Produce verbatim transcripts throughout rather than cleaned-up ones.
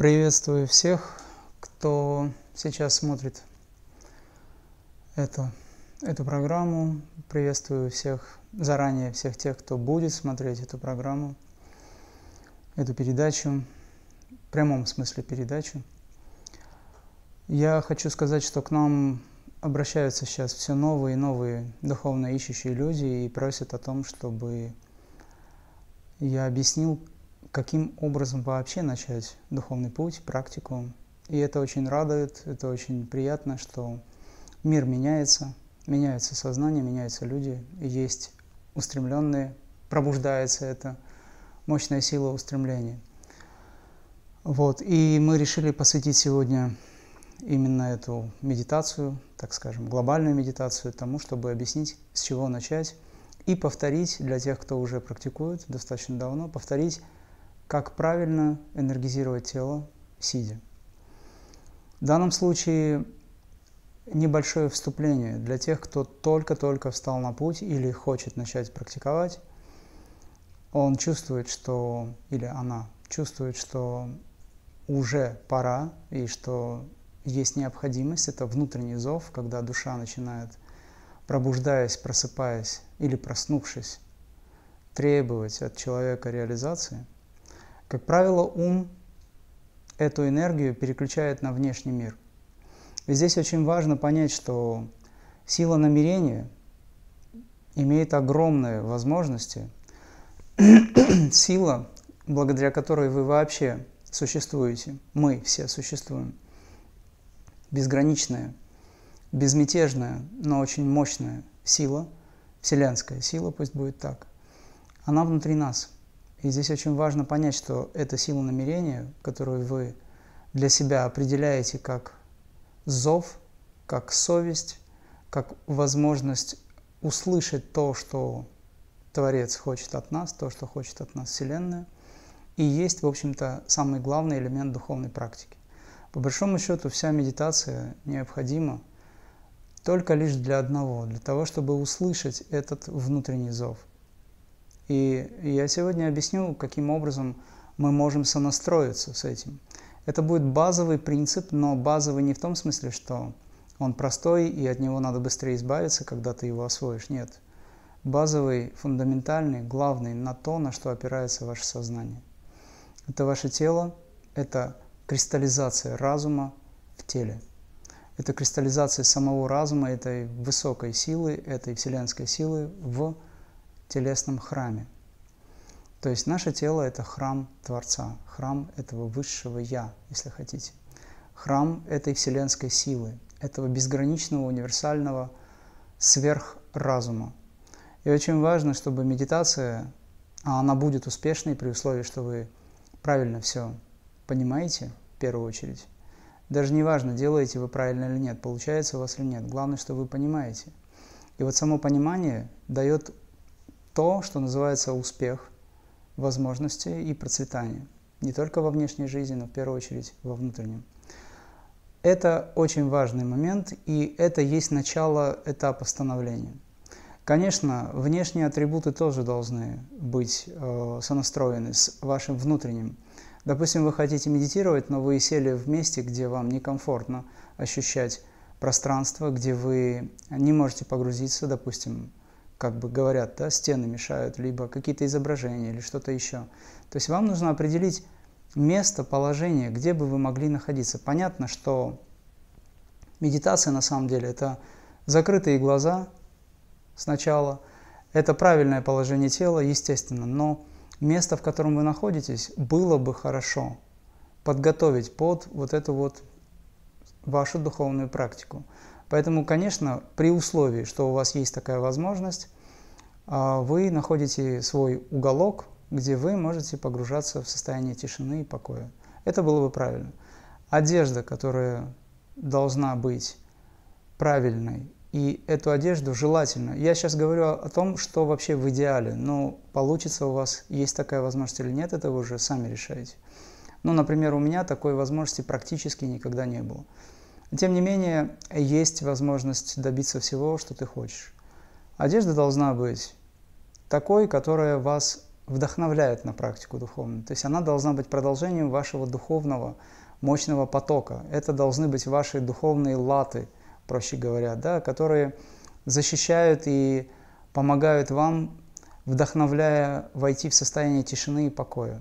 Приветствую всех, кто сейчас смотрит эту, эту программу. Приветствую всех заранее, всех тех, кто будет смотреть эту программу, эту передачу, в прямом смысле передачу. Я хочу сказать, что к нам обращаются сейчас все новые и новые духовно ищущие люди и просят о том, чтобы я объяснил, каким образом вообще начать духовный путь, практику. И это очень радует, это очень приятно, что мир меняется, меняется сознание, меняются люди, и есть устремленные, пробуждается эта мощная сила устремления. Вот. И мы решили посвятить сегодня именно эту медитацию, так скажем, глобальную медитацию тому, чтобы объяснить, с чего начать, и повторить для тех, кто уже практикует достаточно давно, повторить, как правильно энергизировать тело, сидя. В данном случае небольшое вступление для тех, кто только-только встал на путь или хочет начать практиковать. Он чувствует, что, или она чувствует, что уже пора, и что есть необходимость, это внутренний зов, когда душа начинает, пробуждаясь, просыпаясь или проснувшись, требовать от человека реализации. Как правило, ум эту энергию переключает на внешний мир. И здесь очень важно понять, что сила намерения имеет огромные возможности. Сила, благодаря которой вы вообще существуете, мы все существуем, безграничная, безмятежная, но очень мощная сила, вселенская сила, пусть будет так, она внутри нас. И здесь очень важно понять, что эта сила намерения, которую вы для себя определяете как зов, как совесть, как возможность услышать то, что Творец хочет от нас, то, что хочет от нас Вселенная, и есть, в общем-то, самый главный элемент духовной практики. По большому счету, вся медитация необходима только лишь для одного, для того, чтобы услышать этот внутренний зов. И я сегодня объясню, каким образом мы можем сонастроиться с этим. Это будет базовый принцип, но базовый не в том смысле, что он простой и от него надо быстрее избавиться, когда ты его освоишь. Нет. Базовый, фундаментальный, главный на то, на что опирается ваше сознание. Это ваше тело, это кристаллизация разума в теле. Это кристаллизация самого разума, этой высокой силы, этой вселенской силы в телесном храме. То есть наше тело – это храм Творца, храм этого высшего Я, если хотите. Храм этой вселенской силы, этого безграничного, универсального сверхразума. И очень важно, чтобы медитация, а она будет успешной при условии, что вы правильно все понимаете, в первую очередь. Даже не важно, делаете вы правильно или нет, получается у вас или нет. Главное, что вы понимаете. И вот само понимание дает то, что называется успех, возможности и процветание. Не только во внешней жизни, но в первую очередь во внутреннем. Это очень важный момент, и это есть начало этапа становления. Конечно, внешние атрибуты тоже должны быть э, сонастроены с вашим внутренним. Допустим, вы хотите медитировать, но вы сели в месте, где вам некомфортно ощущать пространство, где вы не можете погрузиться, допустим, как бы говорят, да, стены мешают, либо какие-то изображения или что-то еще. То есть вам нужно определить место, положение, где бы вы могли находиться. Понятно, что медитация на самом деле это закрытые глаза сначала, это правильное положение тела, естественно, но место, в котором вы находитесь, было бы хорошо подготовить под вот эту вот вашу духовную практику. Поэтому, конечно, при условии, что у вас есть такая возможность, вы находите свой уголок, где вы можете погружаться в состояние тишины и покоя. Это было бы правильно. Одежда, которая должна быть правильной, и эту одежду желательно. Я сейчас говорю о том, что вообще в идеале, но получится у вас, есть такая возможность или нет, это вы уже сами решаете. Ну, например, у меня такой возможности практически никогда не было. Тем не менее, есть возможность добиться всего, что ты хочешь. Одежда должна быть такой, которая вас вдохновляет на практику духовную. То есть она должна быть продолжением вашего духовного мощного потока. Это должны быть ваши духовные латы, проще говоря, да, которые защищают и помогают вам, вдохновляя войти в состояние тишины и покоя.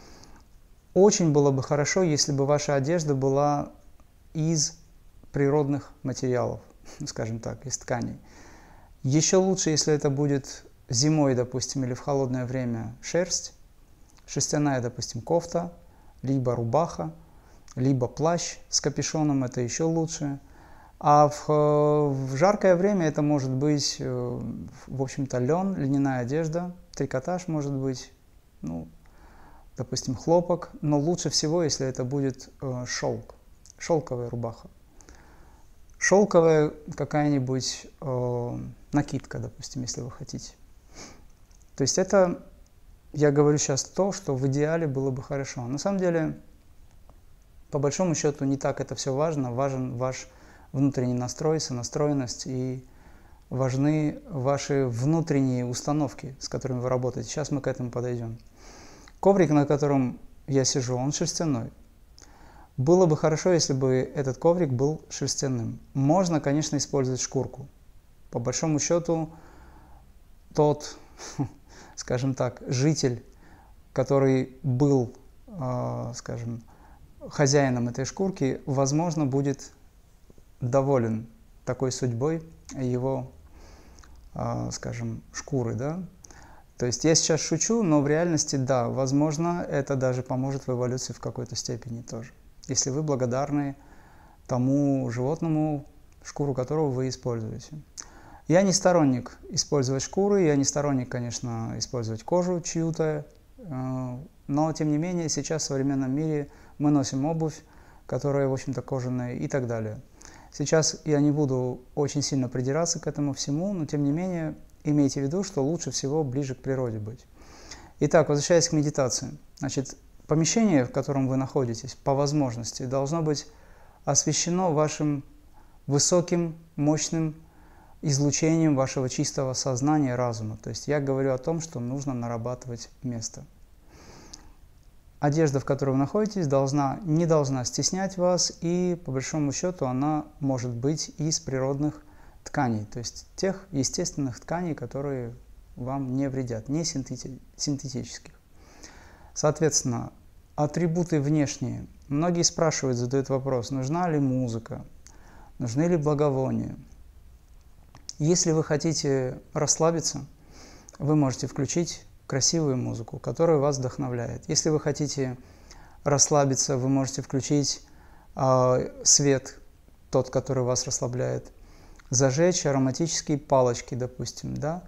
Очень было бы хорошо, если бы ваша одежда была из природных материалов, скажем так, из тканей. Еще лучше, если это будет зимой, допустим, или в холодное время шерсть, шерстяная, допустим, кофта, либо рубаха, либо плащ с капюшоном, это еще лучше. А в, в жаркое время это может быть, в общем-то, лен, льняная одежда, трикотаж может быть, ну, допустим, хлопок, но лучше всего, если это будет шелк, шелковая рубаха. Шелковая какая-нибудь э, накидка, допустим, если вы хотите. То есть это, я говорю сейчас то, что в идеале было бы хорошо. На самом деле, по большому счету, не так это все важно. Важен ваш внутренний настрой, сонастроенность, и важны ваши внутренние установки, с которыми вы работаете. Сейчас мы к этому подойдем. Коврик, на котором я сижу, он шерстяной. Было бы хорошо, если бы этот коврик был шерстяным. Можно, конечно, использовать шкурку. По большому счету, тот, скажем так, житель, который был, скажем, хозяином этой шкурки, возможно, будет доволен такой судьбой его, скажем, шкуры, да. То есть я сейчас шучу, но в реальности, да, возможно, это даже поможет в эволюции в какой-то степени тоже. Если вы благодарны тому животному, шкуру которого вы используете. Я не сторонник использовать шкуры, я не сторонник, конечно, использовать кожу чью-то, но, тем не менее, сейчас в современном мире мы носим обувь, которая, в общем-то, кожаная и так далее. Сейчас я не буду очень сильно придираться к этому всему, но, тем не менее, имейте в виду, что лучше всего ближе к природе быть. Итак, возвращаясь к медитации. Значит, помещение, в котором вы находитесь, по возможности, должно быть освещено вашим высоким, мощным излучением вашего чистого сознания, разума. То есть я говорю о том, что нужно нарабатывать место. Одежда, в которой вы находитесь, должна, не должна стеснять вас, и по большому счету она может быть из природных тканей, то есть тех естественных тканей, которые вам не вредят, не синтетических. Соответственно, атрибуты внешние. Многие спрашивают, задают вопрос, нужна ли музыка, нужны ли благовония. Если вы хотите расслабиться, вы можете включить красивую музыку, которая вас вдохновляет. Если вы хотите расслабиться, вы можете включить э, свет, тот, который вас расслабляет, зажечь ароматические палочки, допустим, да.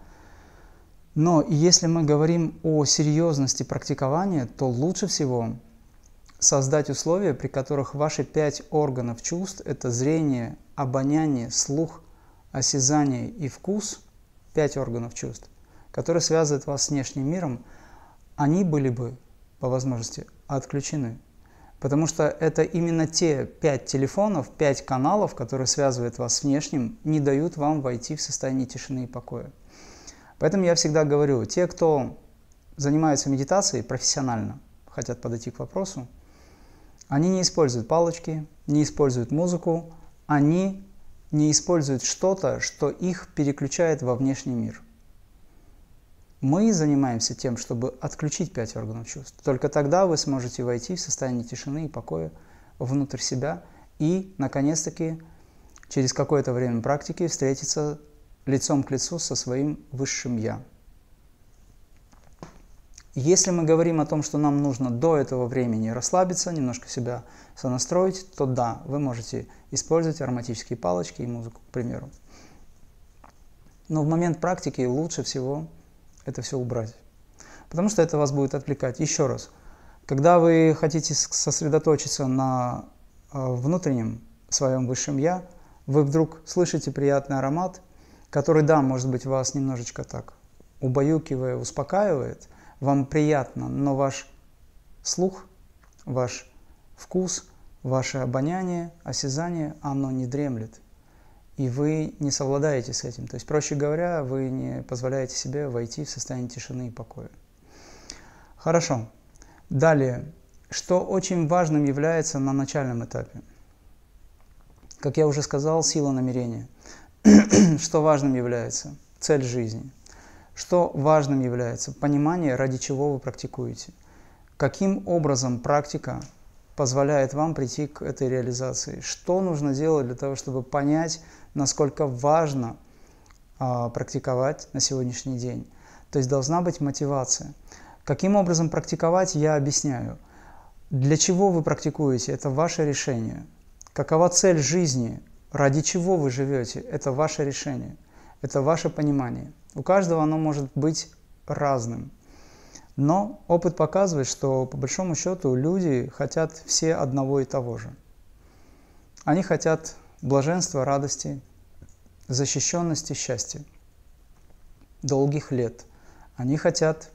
Но если мы говорим о серьезности практикования, то лучше всего создать условия, при которых ваши пять органов чувств – это зрение, обоняние, слух, осязание и вкус, пять органов чувств, которые связывают вас с внешним миром, они были бы, по возможности, отключены. Потому что это именно те пять телефонов, пять каналов, которые связывают вас с внешним, не дают вам войти в состояние тишины и покоя. Поэтому я всегда говорю, те, кто занимаются медитацией профессионально, хотят подойти к вопросу, они не используют палочки, не используют музыку, они не используют что-то, что их переключает во внешний мир. Мы занимаемся тем, чтобы отключить пять органов чувств. Только тогда вы сможете войти в состояние тишины и покоя внутрь себя и, наконец-таки, через какое-то время практики встретиться лицом к лицу со своим высшим «Я». Если мы говорим о том, что нам нужно до этого времени расслабиться, немножко себя сонастроить, то да, вы можете использовать ароматические палочки и музыку, к примеру. Но в момент практики лучше всего это все убрать, потому что это вас будет отвлекать. Еще раз, когда вы хотите сосредоточиться на внутреннем своем высшем «Я», вы вдруг слышите приятный аромат, который, да, может быть, вас немножечко так убаюкивая, успокаивает, вам приятно, но ваш слух, ваш вкус, ваше обоняние, осязание, оно не дремлет. И вы не совладаете с этим. То есть, проще говоря, вы не позволяете себе войти в состояние тишины и покоя. Хорошо. Далее, что очень важным является на начальном этапе? Как я уже сказал, сила намерения. Что важным является? Цель жизни. Что важным является? Понимание, ради чего вы практикуете. Каким образом практика позволяет вам прийти к этой реализации? Что нужно делать для того, чтобы понять, насколько важно а, практиковать на сегодняшний день? То есть должна быть мотивация. Каким образом практиковать, я объясняю. Для чего вы практикуете? Это ваше решение. Какова цель жизни? Ради чего вы живете? Это ваше решение. Это ваше понимание. У каждого оно может быть разным. Но опыт показывает, что по большому счету люди хотят все одного и того же. Они хотят блаженства, радости, защищенности, счастья, долгих лет. Они хотят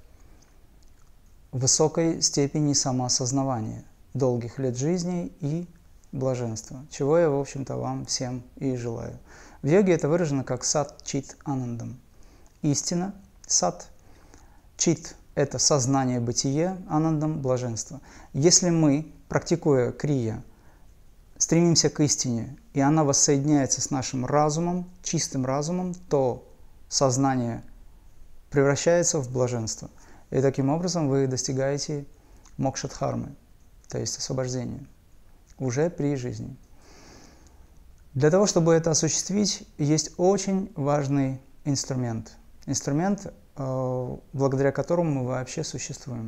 высокой степени самоосознавания, долгих лет жизни и блаженства, чего я, в общем-то, вам всем и желаю. В йоге это выражено как сат, чит, анандам. Истина, сат, чит – это сознание, бытие, анандам – блаженство. Если мы, практикуя крия, стремимся к истине, и она воссоединяется с нашим разумом, чистым разумом, то сознание превращается в блаженство. И таким образом вы достигаете мокшадхармы, то есть освобождения, уже при жизни. Для того, чтобы это осуществить, есть очень важный инструмент. Инструмент, благодаря которому мы вообще существуем.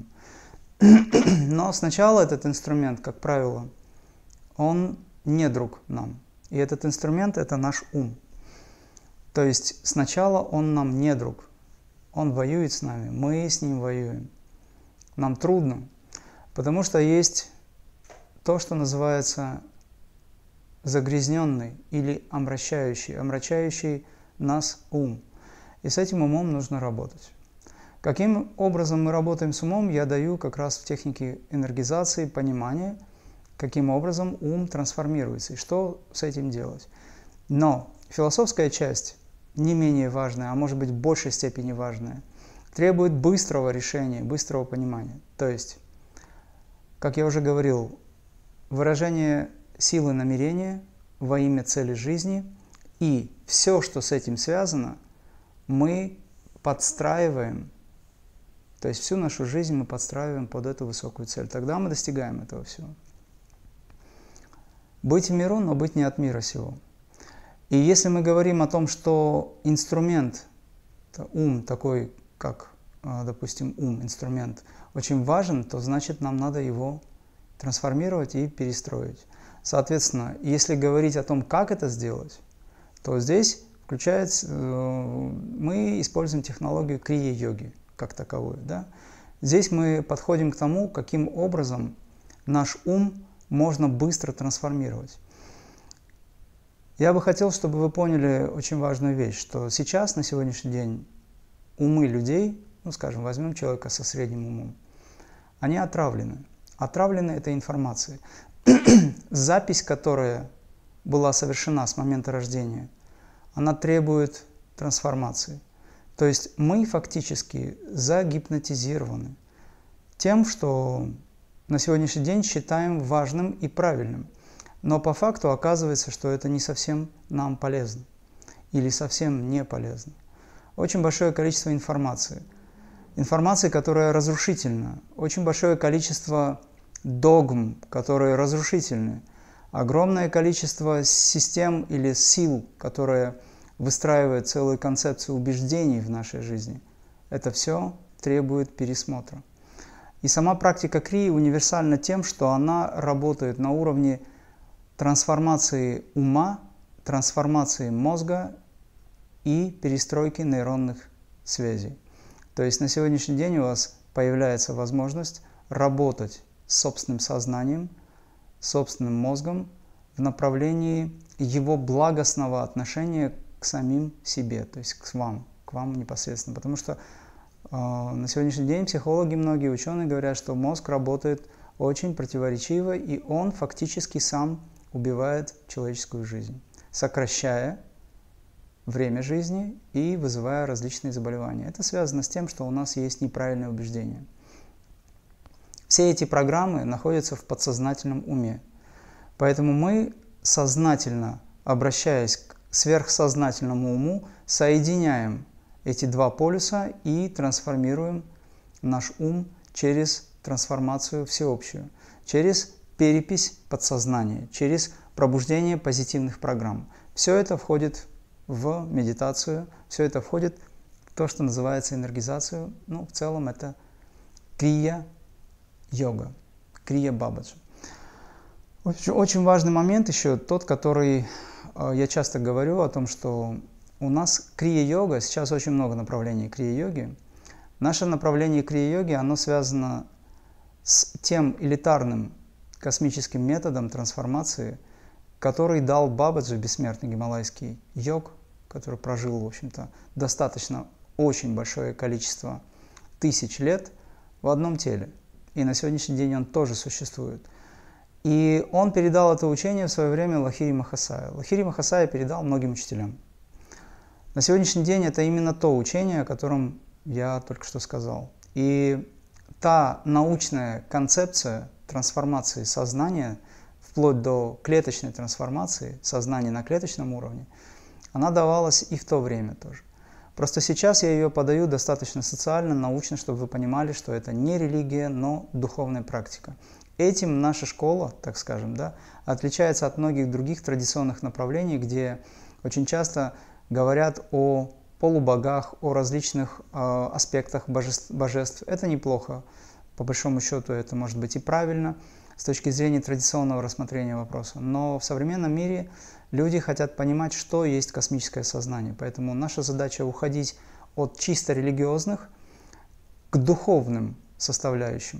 Но сначала этот инструмент, как правило, он не друг нам. И этот инструмент – это наш ум. То есть сначала он нам не друг. Он воюет с нами, мы с ним воюем. Нам трудно, потому что есть то, что называется загрязненный или омрачающий, омрачающий нас ум. И с этим умом нужно работать. Каким образом мы работаем с умом, я даю как раз в технике энергизации, понимания, каким образом ум трансформируется и что с этим делать. Но философская часть, не менее важная, а может быть в большей степени важная, требует быстрого решения, быстрого понимания. То есть, как я уже говорил, выражение силы намерения во имя цели жизни и все, что с этим связано, мы подстраиваем, то есть всю нашу жизнь мы подстраиваем под эту высокую цель. Тогда мы достигаем этого всего. Быть в миру, но быть не от мира сего. И если мы говорим о том, что инструмент, ум такой, как, допустим, ум, инструмент, очень важен, то значит нам надо его трансформировать и перестроить. Соответственно, если говорить о том, как это сделать, то здесь включается, мы используем технологию крия-йоги как таковую. Да? Здесь мы подходим к тому, каким образом наш ум можно быстро трансформировать. Я бы хотел, чтобы вы поняли очень важную вещь, что сейчас, на сегодняшний день, умы людей, ну, скажем, возьмем человека со средним умом, они отравлены. Отравлены этой информацией. Запись, которая была совершена с момента рождения, она требует трансформации. То есть мы фактически загипнотизированы тем, что на сегодняшний день считаем важным и правильным. Но по факту оказывается, что это не совсем нам полезно или совсем не полезно. Очень большое количество информации. Информации, которая разрушительна. Очень большое количество догм, которые разрушительны. Огромное количество систем или сил, которые выстраивают целую концепцию убеждений в нашей жизни. Это все требует пересмотра. И сама практика крии универсальна тем, что она работает на уровне трансформации ума, трансформации мозга и перестройки нейронных связей. То есть на сегодняшний день у вас появляется возможность работать с собственным сознанием, собственным мозгом в направлении его благостного отношения к самим себе, то есть к вам, к вам непосредственно. Потому что э, на сегодняшний день психологи, многие ученые говорят, что мозг работает очень противоречиво, и он фактически сам убивает человеческую жизнь, сокращая время жизни и вызывая различные заболевания. Это связано с тем, что у нас есть неправильные убеждения. Все эти программы находятся в подсознательном уме. Поэтому мы сознательно, обращаясь к сверхсознательному уму, соединяем эти два полюса и трансформируем наш ум через трансформацию всеобщую, через перепись подсознания, через пробуждение позитивных программ. Все это входит в медитацию, все это входит в то, что называется энергизацию. Ну, в целом это крия-йога, крия-бабаджа. Очень, очень важный момент еще тот, который э, я часто говорю о том, что у нас крия-йога, сейчас очень много направлений крия-йоги. Наше направление крия-йоги, оно связано с тем элитарным космическим методом трансформации, который дал Бабаджи, бессмертный гималайский йог, который прожил, в общем-то, достаточно очень большое количество тысяч лет в одном теле. И на сегодняшний день он тоже существует. И он передал это учение в свое время Лахири Махасая. Лахири Махасая передал многим учителям. На сегодняшний день это именно то учение, о котором я только что сказал. И та научная концепция трансформации сознания, вплоть до клеточной трансформации сознания на клеточном уровне, она давалась и в то время тоже. Просто сейчас я ее подаю достаточно социально, научно, чтобы вы понимали, что это не религия, но духовная практика. Этим наша школа, так скажем, да, отличается от многих других традиционных направлений, где очень часто говорят о полубогах, о различных э, аспектах божеств, божеств. Это неплохо. По большому счету это может быть и правильно с точки зрения традиционного рассмотрения вопроса. Но в современном мире люди хотят понимать, что есть космическое сознание. Поэтому наша задача уходить от чисто религиозных к духовным составляющим.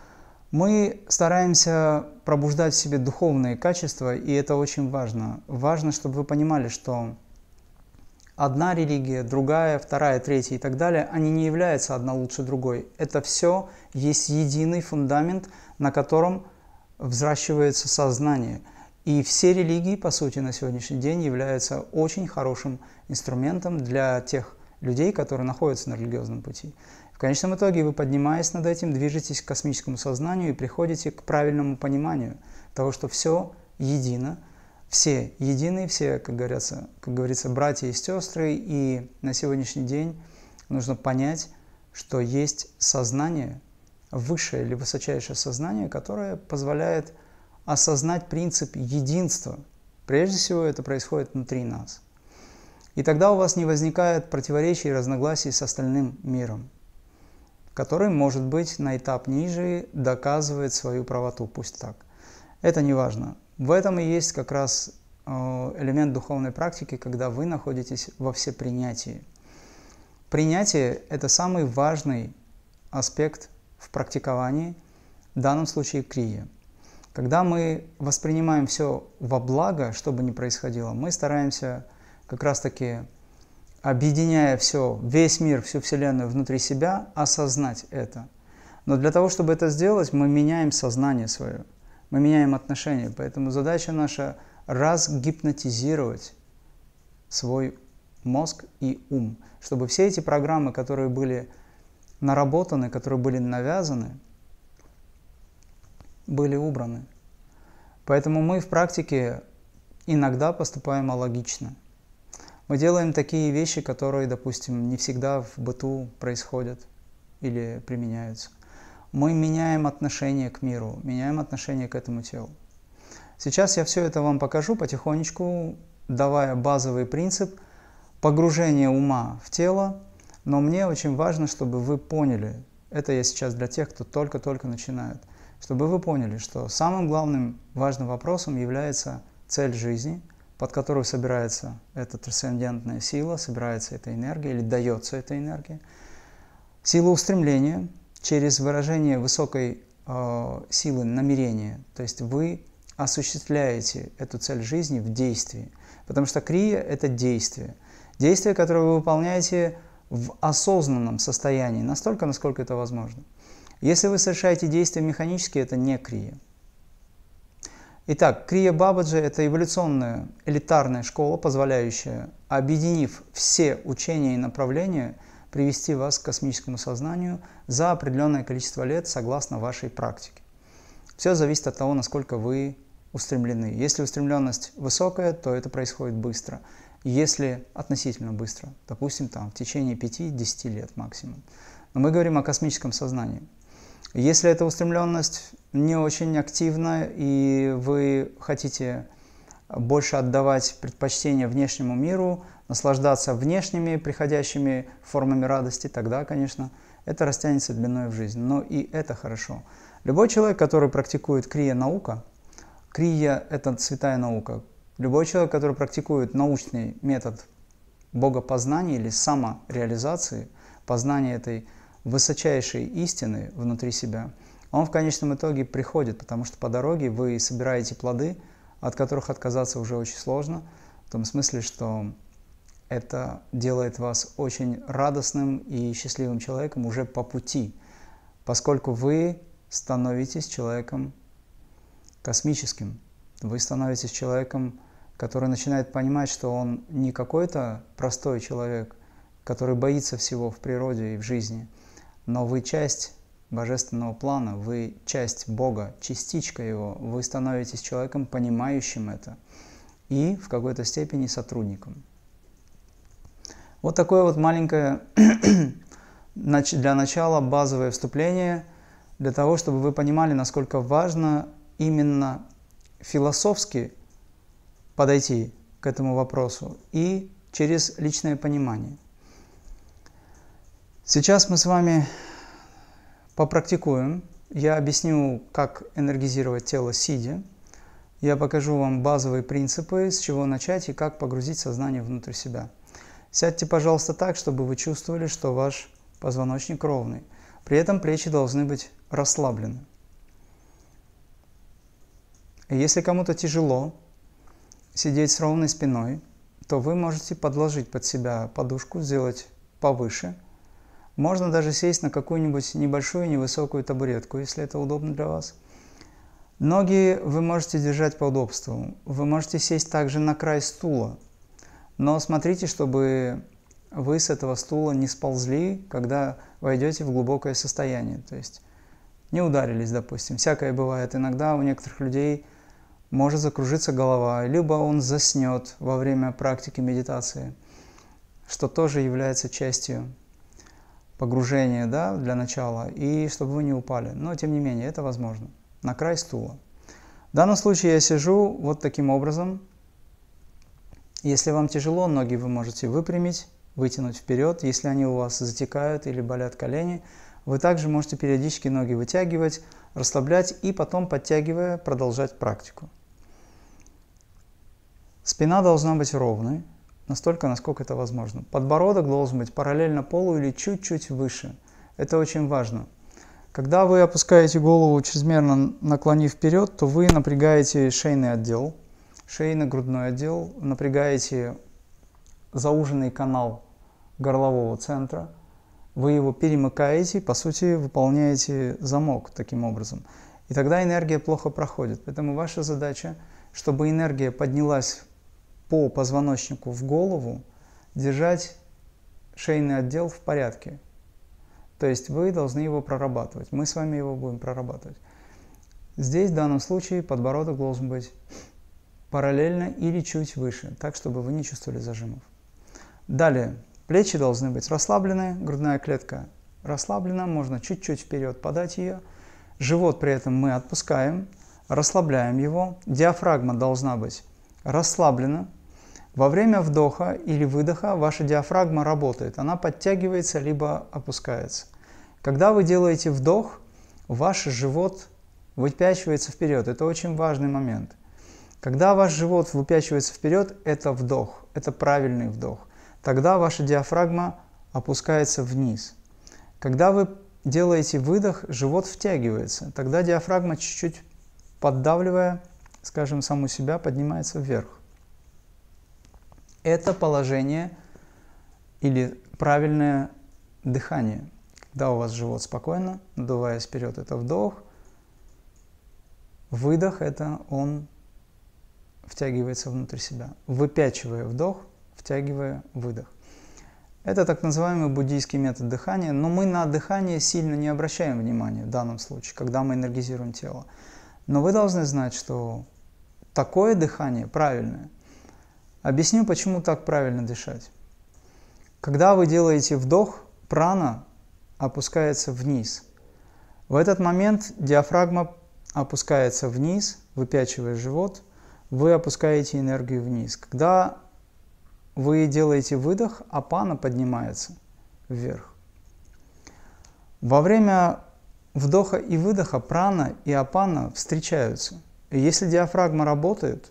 Мы стараемся пробуждать в себе духовные качества, и это очень важно. Важно, чтобы вы понимали, что одна религия, другая, вторая, третья и так далее, они не являются одна лучше другой. Это все есть единый фундамент, на котором взращивается сознание. И все религии, по сути, на сегодняшний день являются очень хорошим инструментом для тех людей, которые находятся на религиозном пути. В конечном итоге вы, поднимаясь над этим, движетесь к космическому сознанию и приходите к правильному пониманию того, что все едино, все едины, все, как говорится, как говорится, братья и сестры, и на сегодняшний день нужно понять, что есть сознание, высшее или высочайшее сознание, которое позволяет осознать принцип единства. Прежде всего это происходит внутри нас. И тогда у вас не возникает противоречий и разногласий с остальным миром, который, может быть, на этап ниже доказывает свою правоту, пусть так. Это не важно. В этом и есть как раз элемент духовной практики, когда вы находитесь во всепринятии. Принятие – это самый важный аспект в практиковании, в данном случае крия. Когда мы воспринимаем все во благо, что бы ни происходило, мы стараемся как раз-таки, объединяя все, весь мир, всю Вселенную внутри себя, осознать это. Но для того, чтобы это сделать, мы меняем сознание свое, мы меняем отношения. Поэтому задача наша – разгипнотизировать свой мозг и ум, чтобы все эти программы, которые были наработаны, которые были навязаны, были убраны. Поэтому мы в практике иногда поступаем алогично. Мы делаем такие вещи, которые, допустим, не всегда в быту происходят или применяются. Мы меняем отношение к миру, меняем отношение к этому телу. Сейчас я все это вам покажу потихонечку, давая базовый принцип погружения ума в тело, но мне очень важно, чтобы вы поняли, это я сейчас для тех, кто только-только начинает, чтобы вы поняли, что самым главным важным вопросом является цель жизни, под которую собирается эта трансцендентная сила, собирается эта энергия или дается эта энергия. Сила устремления через выражение высокой э, силы намерения, то есть вы осуществляете эту цель жизни в действии, потому что крия – это действие. Действие, которое вы выполняете в осознанном состоянии, настолько, насколько это возможно. Если вы совершаете действия механически, это не крия. Итак, крия Бабаджи – это эволюционная элитарная школа, позволяющая, объединив все учения и направления, привести вас к космическому сознанию за определенное количество лет согласно вашей практике. Все зависит от того, насколько вы устремлены. Если устремленность высокая, то это происходит быстро. Если относительно быстро, допустим, там, в течение пяти-десяти лет максимум. Но мы говорим о космическом сознании. Если эта устремленность не очень активна, и вы хотите больше отдавать предпочтение внешнему миру, наслаждаться внешними приходящими формами радости, тогда, конечно, это растянется длиной в жизнь. Но и это хорошо. Любой человек, который практикует крия-наука, крия – это святая наука. Любой человек, который практикует научный метод богопознания или самореализации, познания этой высочайшей истины внутри себя, он в конечном итоге приходит, потому что по дороге вы собираете плоды, от которых отказаться уже очень сложно, в том смысле, что это делает вас очень радостным и счастливым человеком уже по пути, поскольку вы становитесь человеком космическим. Вы становитесь человеком, который начинает понимать, что он не какой-то простой человек, который боится всего в природе и в жизни, но вы часть божественного плана, вы часть Бога, частичка Его, вы становитесь человеком, понимающим это, и в какой-то степени сотрудником. Вот такое вот маленькое для начала базовое вступление, для того, чтобы вы понимали, насколько важно именно философски подойти к этому вопросу и через личное понимание. Сейчас мы с вами попрактикуем. Я объясню, как энергизировать тело сидя. Я покажу вам базовые принципы, с чего начать и как погрузить сознание внутрь себя. Сядьте, пожалуйста, так, чтобы вы чувствовали, что ваш позвоночник ровный. При этом плечи должны быть расслаблены. И если кому-то тяжело сидеть с ровной спиной, то вы можете подложить под себя подушку, сделать повыше. Можно даже сесть на какую-нибудь небольшую невысокую табуретку, если это удобно для вас. Ноги вы можете держать по удобству. Вы можете сесть также на край стула. Но смотрите, чтобы вы с этого стула не сползли, когда войдете в глубокое состояние. То есть не ударились, допустим. Всякое бывает. Иногда у некоторых людей может закружиться голова, либо он заснет во время практики медитации, что тоже является частью погружения, да, для начала, и чтобы вы не упали. Но, тем не менее, это возможно. На край стула. В данном случае я сижу вот таким образом. Если вам тяжело, ноги вы можете выпрямить, вытянуть вперед. Если они у вас затекают или болят колени, вы также можете периодически ноги вытягивать, расслаблять и потом, подтягивая, продолжать практику. Спина должна быть ровной, настолько, насколько это возможно. Подбородок должен быть параллельно полу или чуть-чуть выше. Это очень важно. Когда вы опускаете голову, чрезмерно наклонив вперед, то вы напрягаете шейный отдел, шейно-грудной отдел, напрягаете зауженный канал горлового центра, вы его перемыкаете, по сути, выполняете замок таким образом. И тогда энергия плохо проходит. Поэтому ваша задача, чтобы энергия поднялась по позвоночнику в голову, держать шейный отдел в порядке. То есть вы должны его прорабатывать. Мы с вами его будем прорабатывать. Здесь, в данном случае, подбородок должен быть параллельно или чуть выше, так, чтобы вы не чувствовали зажимов. Далее, плечи должны быть расслаблены, грудная клетка расслаблена, можно чуть-чуть вперед подать ее. Живот при этом мы отпускаем, расслабляем его. Диафрагма должна быть расслаблена. Во время вдоха или выдоха ваша диафрагма работает, она подтягивается либо опускается. Когда вы делаете вдох, ваш живот выпячивается вперед. Это очень важный момент. Когда ваш живот выпячивается вперед, это вдох, это правильный вдох. Тогда ваша диафрагма опускается вниз. Когда вы делаете выдох, живот втягивается. Тогда диафрагма, чуть-чуть поддавливая, скажем, саму себя, поднимается вверх. Это положение или правильное дыхание. Когда у вас живот спокойно, надуваясь вперед, это вдох. Выдох – это он втягивается внутрь себя. Выпячивая вдох, втягивая выдох. Это так называемый буддийский метод дыхания, но мы на дыхание сильно не обращаем внимания в данном случае, когда мы энергизируем тело. Но вы должны знать, что такое дыхание правильное. Объясню, почему так правильно дышать. Когда вы делаете вдох, прана опускается вниз. В этот момент диафрагма опускается вниз, выпячивая живот, вы опускаете энергию вниз. Когда вы делаете выдох, апана поднимается вверх. Во время вдоха и выдоха прана и апана встречаются. И если диафрагма работает,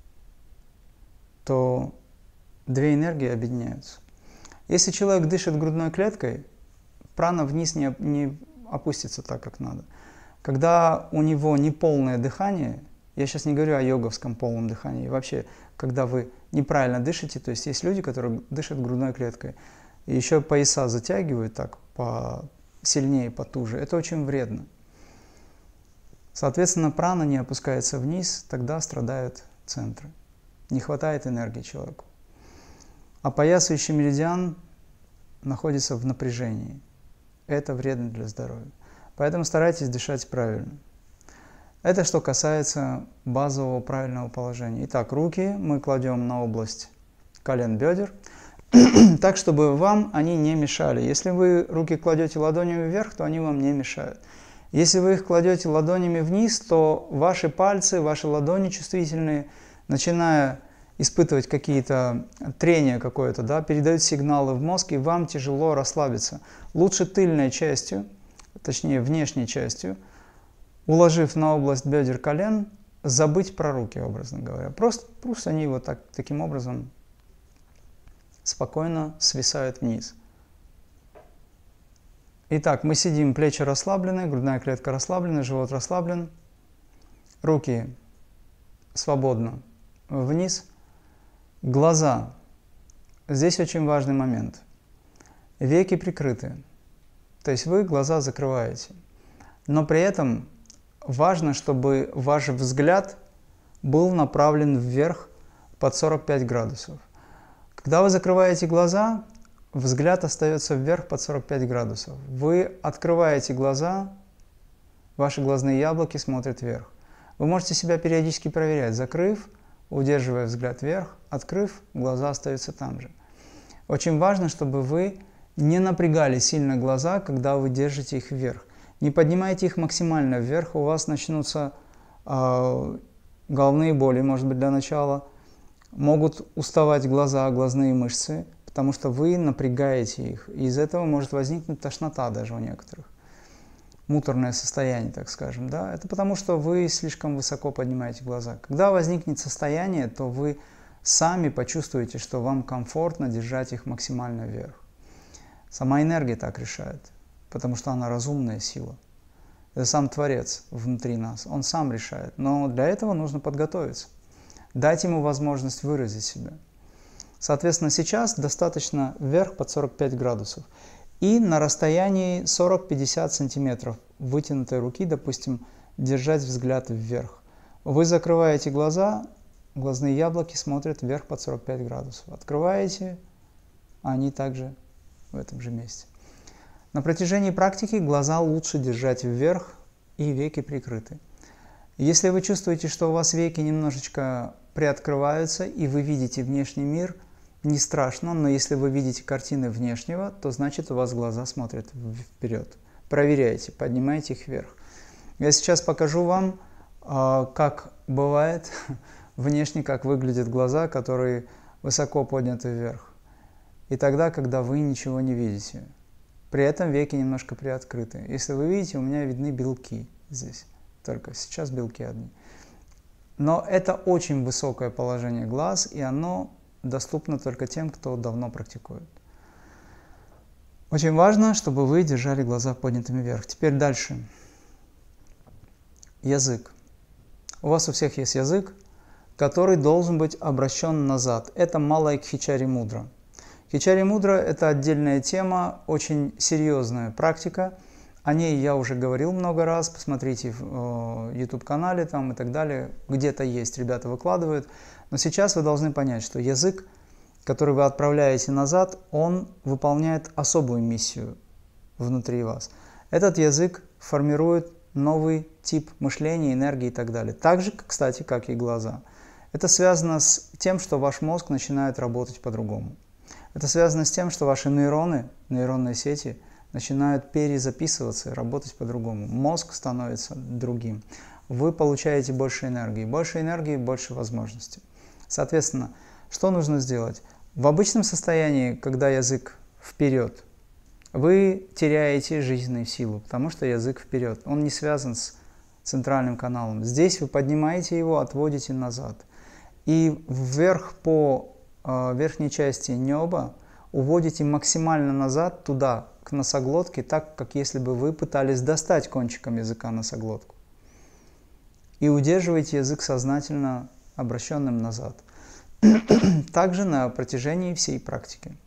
то две энергии объединяются. Если человек дышит грудной клеткой, прана вниз не, не опустится так, как надо. Когда у него неполное дыхание, я сейчас не говорю о йоговском полном дыхании, вообще, когда вы неправильно дышите, то есть есть люди, которые дышат грудной клеткой, и еще пояса затягивают так по сильнее, потуже, это очень вредно. Соответственно, прана не опускается вниз, тогда страдают центры. Не хватает энергии человеку. Опоясывающий меридиан находится в напряжении. Это вредно для здоровья. Поэтому старайтесь дышать правильно. Это что касается базового правильного положения. Итак, руки мы кладем на область колен, бедер, так, чтобы вам они не мешали. Если вы руки кладете ладонями вверх, то они вам не мешают. Если вы их кладете ладонями вниз, то ваши пальцы, ваши ладони чувствительные, начиная испытывать какие-то трения какое-то, да, передают сигналы в мозг, и вам тяжело расслабиться. Лучше тыльной частью, точнее внешней частью, уложив на область бедер, колен, забыть про руки, образно говоря. Просто, просто они вот так, таким образом спокойно свисают вниз. Итак, мы сидим, плечи расслаблены, грудная клетка расслаблена, живот расслаблен, руки свободно вниз, глаза. Здесь очень важный момент. Веки прикрыты, то есть вы глаза закрываете, но при этом важно, чтобы ваш взгляд был направлен вверх под сорок пять градусов. Когда вы закрываете глаза, взгляд остается вверх под сорок пять градусов. Вы открываете глаза, ваши глазные яблоки смотрят вверх. Вы можете себя периодически проверять, закрыв, удерживая взгляд вверх, открыв, глаза остаются там же. Очень важно, чтобы вы не напрягали сильно глаза, когда вы держите их вверх. Не поднимайте их максимально вверх, у вас начнутся э, головные боли, может быть, для начала. Могут уставать глаза, глазные мышцы, потому что вы напрягаете их. И из этого может возникнуть тошнота даже у некоторых. Муторное состояние, так скажем. Да? Это потому, что вы слишком высоко поднимаете глаза. Когда возникнет состояние, то вы сами почувствуете, что вам комфортно держать их максимально вверх. Сама энергия так решает, потому что она разумная сила. Это сам Творец внутри нас, он сам решает. Но для этого нужно подготовиться. Дать ему возможность выразить себя. Соответственно, сейчас достаточно вверх под сорок пять градусов. И на расстоянии сорок-пятьдесят сантиметров вытянутой руки, допустим, держать взгляд вверх. Вы закрываете глаза, глазные яблоки смотрят вверх под сорок пять градусов. Открываете, они также в этом же месте. На протяжении практики глаза лучше держать вверх и веки прикрыты. Если вы чувствуете, что у вас веки немножечко приоткрываются и вы видите внешний мир, не страшно, но если вы видите картины внешнего, то значит у вас глаза смотрят вперед. Проверяйте, поднимайте их вверх. Я сейчас покажу вам, как бывает внешне, как выглядят глаза, которые высоко подняты вверх. И тогда, когда вы ничего не видите. При этом веки немножко приоткрыты. Если вы видите, у меня видны белки здесь. Только сейчас белки одни. Но это очень высокое положение глаз, и оно доступно только тем, кто давно практикует. Очень важно, чтобы вы держали глаза поднятыми вверх. Теперь дальше. Язык. У вас у всех есть язык, который должен быть обращен назад. Это малая кхичари мудра. Кхичари мудра – это отдельная тема, очень серьезная практика. О ней я уже говорил много раз, посмотрите в YouTube-канале там и так далее. Где-то есть, ребята выкладывают. Но сейчас вы должны понять, что язык, который вы отправляете назад, он выполняет особую миссию внутри вас. Этот язык формирует новый тип мышления, энергии и так далее. Так же, кстати, как и глаза. Это связано с тем, что ваш мозг начинает работать по-другому. Это связано с тем, что ваши нейроны, нейронные сети начинают перезаписываться и работать по-другому. Мозг становится другим. Вы получаете больше энергии. Больше энергии, больше возможностей. Соответственно, что нужно сделать? В обычном состоянии, когда язык вперед, вы теряете жизненную силу, потому что язык вперед. Он не связан с центральным каналом. Здесь вы поднимаете его, отводите назад. И вверх по э, верхней части неба уводите максимально назад, туда, к носоглотке, так, как если бы вы пытались достать кончиком языка носоглотку. И удерживаете язык сознательно обращенным назад. Также на протяжении всей практики.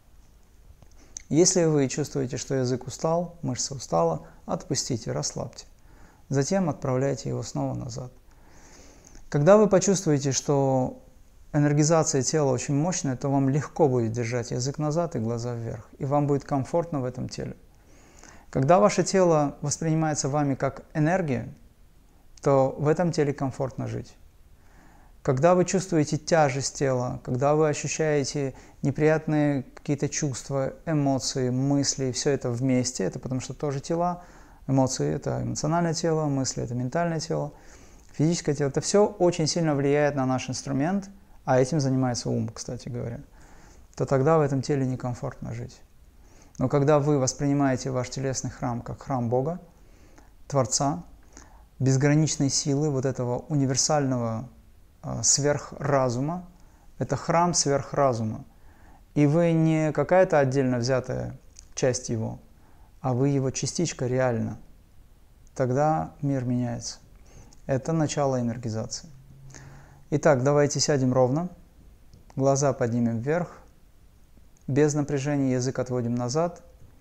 Если вы чувствуете, что язык устал, мышца устала, отпустите, расслабьте. Затем отправляйте его снова назад. Когда вы почувствуете, что энергизация тела очень мощная, то вам легко будет держать язык назад и глаза вверх. И вам будет комфортно в этом теле. Когда ваше тело воспринимается вами как энергия, то в этом теле комфортно жить. Когда вы чувствуете тяжесть тела, когда вы ощущаете неприятные какие-то чувства, эмоции, мысли, все это вместе, это потому что тоже тела, эмоции – это эмоциональное тело, мысли – это ментальное тело, физическое тело. Это все очень сильно влияет на наш инструмент, а этим занимается ум, кстати говоря. То тогда в этом теле некомфортно жить. Но когда вы воспринимаете ваш телесный храм как храм Бога, Творца, безграничной силы, вот этого универсального сверхразума, это храм сверхразума. И вы не какая-то отдельно взятая часть его, а вы его частичка реально. Тогда мир меняется. Это начало энергизации. Итак, давайте сядем ровно, глаза поднимем вверх, без напряжения язык отводим назад,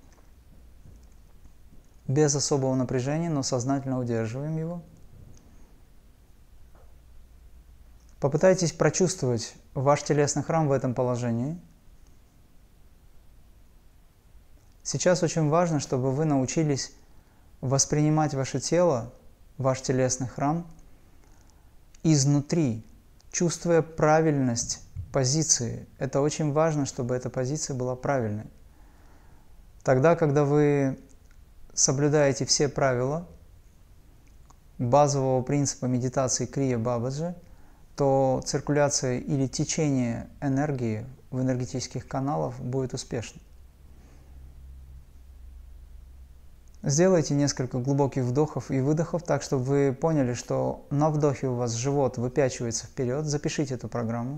без особого напряжения, но сознательно удерживаем его. Попытайтесь прочувствовать ваш телесный храм в этом положении. Сейчас очень важно, чтобы вы научились воспринимать ваше тело, ваш телесный храм изнутри, чувствуя правильность позиции. Это очень важно, чтобы эта позиция была правильной. Тогда, когда вы соблюдаете все правила базового принципа медитации Крия Бабаджи, то циркуляция или течение энергии в энергетических каналах будет успешна. Сделайте несколько глубоких вдохов и выдохов, так, чтобы вы поняли, что на вдохе у вас живот выпячивается вперед. Запишите эту программу.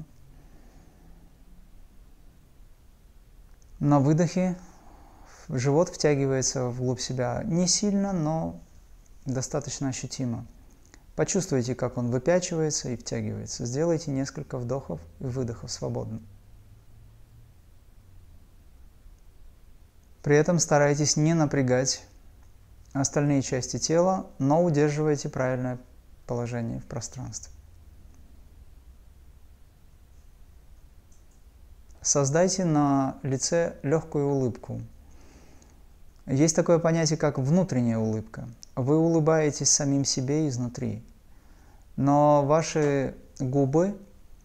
На выдохе живот втягивается вглубь себя не сильно, но достаточно ощутимо. Почувствуйте, как он выпячивается и втягивается. Сделайте несколько вдохов и выдохов свободно. При этом старайтесь не напрягать остальные части тела, но удерживайте правильное положение в пространстве. Создайте на лице легкую улыбку. Есть такое понятие, как внутренняя улыбка. Вы улыбаетесь самим себе изнутри, но ваши губы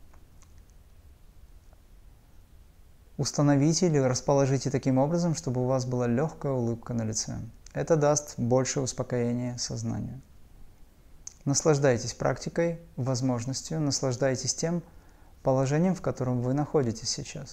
установите или расположите таким образом, чтобы у вас была легкая улыбка на лице. Это даст больше успокоения сознанию. Наслаждайтесь практикой, возможностью, наслаждайтесь тем положением, в котором вы находитесь сейчас.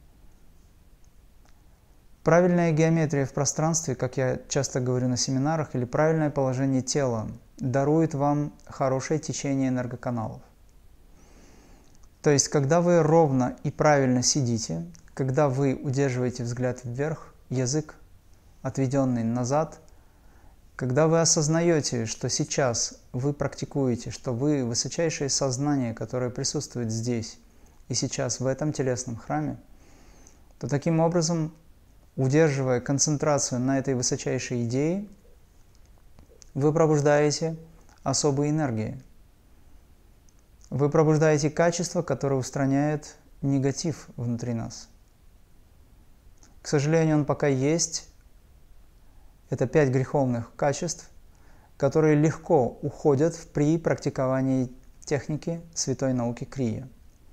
Правильная геометрия в пространстве, как я часто говорю на семинарах, или правильное положение тела дарует вам хорошее течение энергоканалов. То есть, когда вы ровно и правильно сидите, когда вы удерживаете взгляд вверх, язык отведенный назад, когда вы осознаете, что сейчас вы практикуете, что вы высочайшее сознание, которое присутствует здесь и сейчас в этом телесном храме, то таким образом, удерживая концентрацию на этой высочайшей идее, вы пробуждаете особые энергии. Вы пробуждаете качество, которое устраняет негатив внутри нас. К сожалению, он пока есть. Это пять греховных качеств, которые легко уходят при практиковании техники святой науки крия.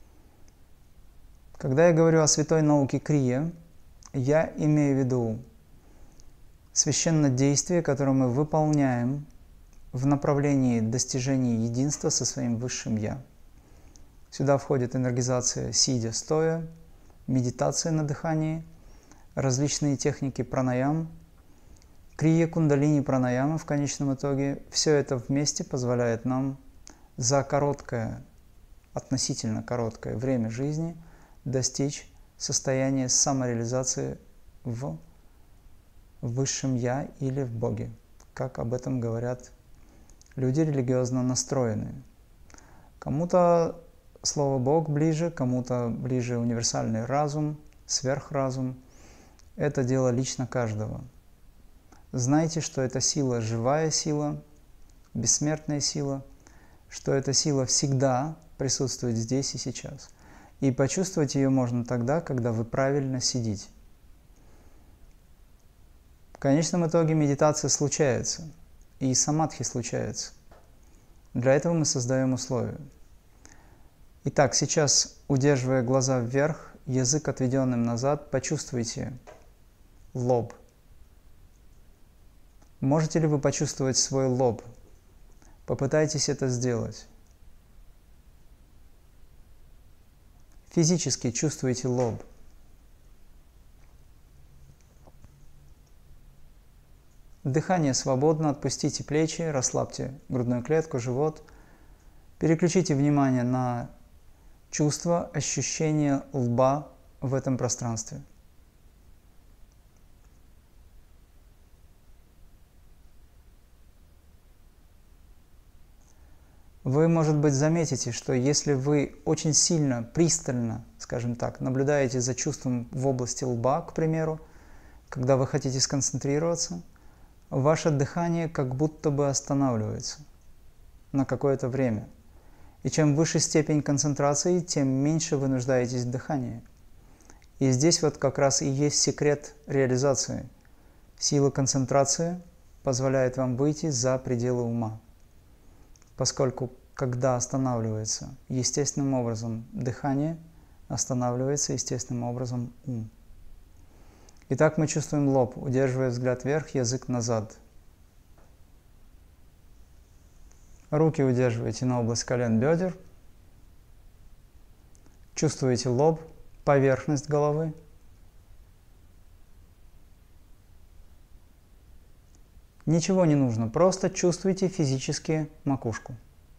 Когда я говорю о святой науке крия, я имею в виду священное действие, которое мы выполняем в направлении достижения единства со своим Высшим Я. Сюда входит энергизация сидя, стоя, медитация на дыхании, различные техники пранаям, крия, кундалини, пранаяма в конечном итоге. Все это вместе позволяет нам за короткое, относительно короткое время жизни достичь состояния самореализации в Высшем Я или в Боге, как об этом говорят люди религиозно настроенные. Кому-то слово Бог ближе, кому-то ближе универсальный разум, сверхразум. Это дело лично каждого. Знайте, что эта сила – живая сила, бессмертная сила, что эта сила всегда присутствует здесь и сейчас. И почувствовать ее можно тогда, когда вы правильно сидите. В конечном итоге медитация случается, и самадхи случается. Для этого мы создаем условия. Итак, сейчас, удерживая глаза вверх, язык отведенным назад, почувствуйте лоб. Можете ли вы почувствовать свой лоб? Попытайтесь это сделать. Физически чувствуйте лоб. Дыхание свободно, отпустите плечи, расслабьте грудную клетку, живот. Переключите внимание на чувство, ощущение лба в этом пространстве. Вы, может быть, заметите, что если вы очень сильно, пристально, скажем так, наблюдаете за чувством в области лба, к примеру, когда вы хотите сконцентрироваться, ваше дыхание как будто бы останавливается на какое-то время. И чем выше степень концентрации, тем меньше вы нуждаетесь в дыхании. И здесь вот как раз и есть секрет реализации. Сила концентрации позволяет вам выйти за пределы ума. Поскольку, когда останавливается естественным образом дыхание, останавливается естественным образом ум. Итак, мы чувствуем лоб, удерживая взгляд вверх, язык назад. Руки удерживаете на область колен, бедер. Чувствуете лоб, поверхность головы. Ничего не нужно, просто чувствуйте физически макушку.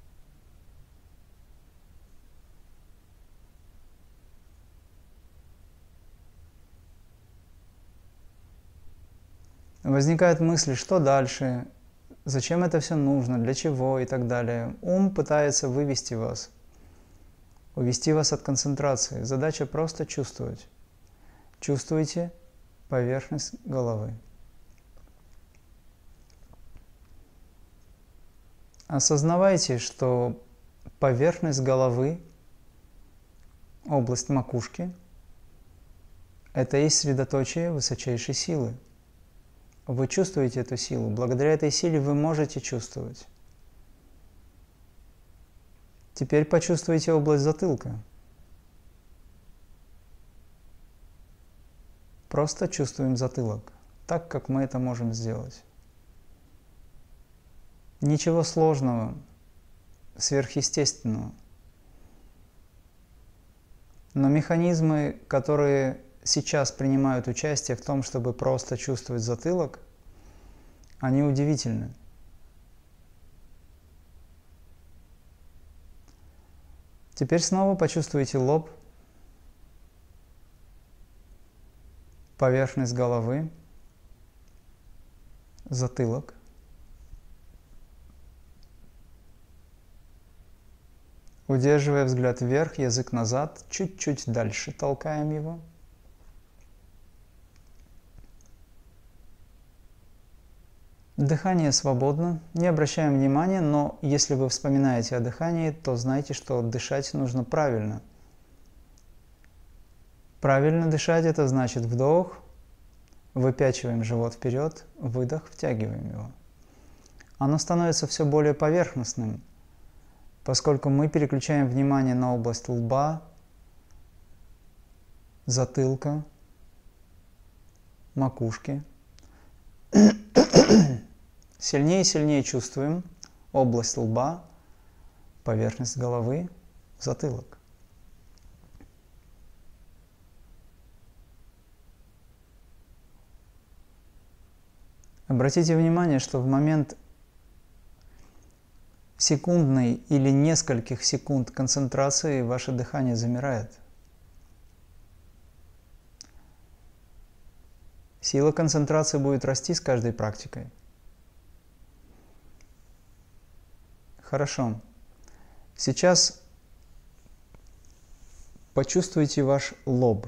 Возникают мысли, что дальше, зачем это все нужно, для чего и так далее. Ум пытается вывести вас, увести вас от концентрации. Задача просто чувствовать. Чувствуйте поверхность головы. Осознавайте, что поверхность головы, область макушки, это и есть средоточие высочайшей силы. Вы чувствуете эту силу. Благодаря этой силе вы можете чувствовать. Теперь почувствуйте область затылка. Просто чувствуем затылок, так, как мы это можем сделать. Ничего сложного, сверхъестественного. Но механизмы, которые сейчас принимают участие в том, чтобы просто чувствовать затылок, они удивительны. Теперь снова почувствуйте лоб, поверхность головы, затылок. Удерживая взгляд вверх, язык назад, чуть-чуть дальше толкаем его. Дыхание свободно, не обращаем внимания, но если вы вспоминаете о дыхании, то знайте, что дышать нужно правильно. Правильно дышать – это значит вдох, выпячиваем живот вперед, выдох, втягиваем его. Оно становится все более поверхностным, поскольку мы переключаем внимание на область лба, затылка, макушки. Сильнее и сильнее чувствуем область лба, поверхность головы, затылок. Обратите внимание, что в момент секундной или нескольких секунд концентрации ваше дыхание замирает. Сила концентрации будет расти с каждой практикой. Хорошо. Сейчас почувствуйте ваш лоб.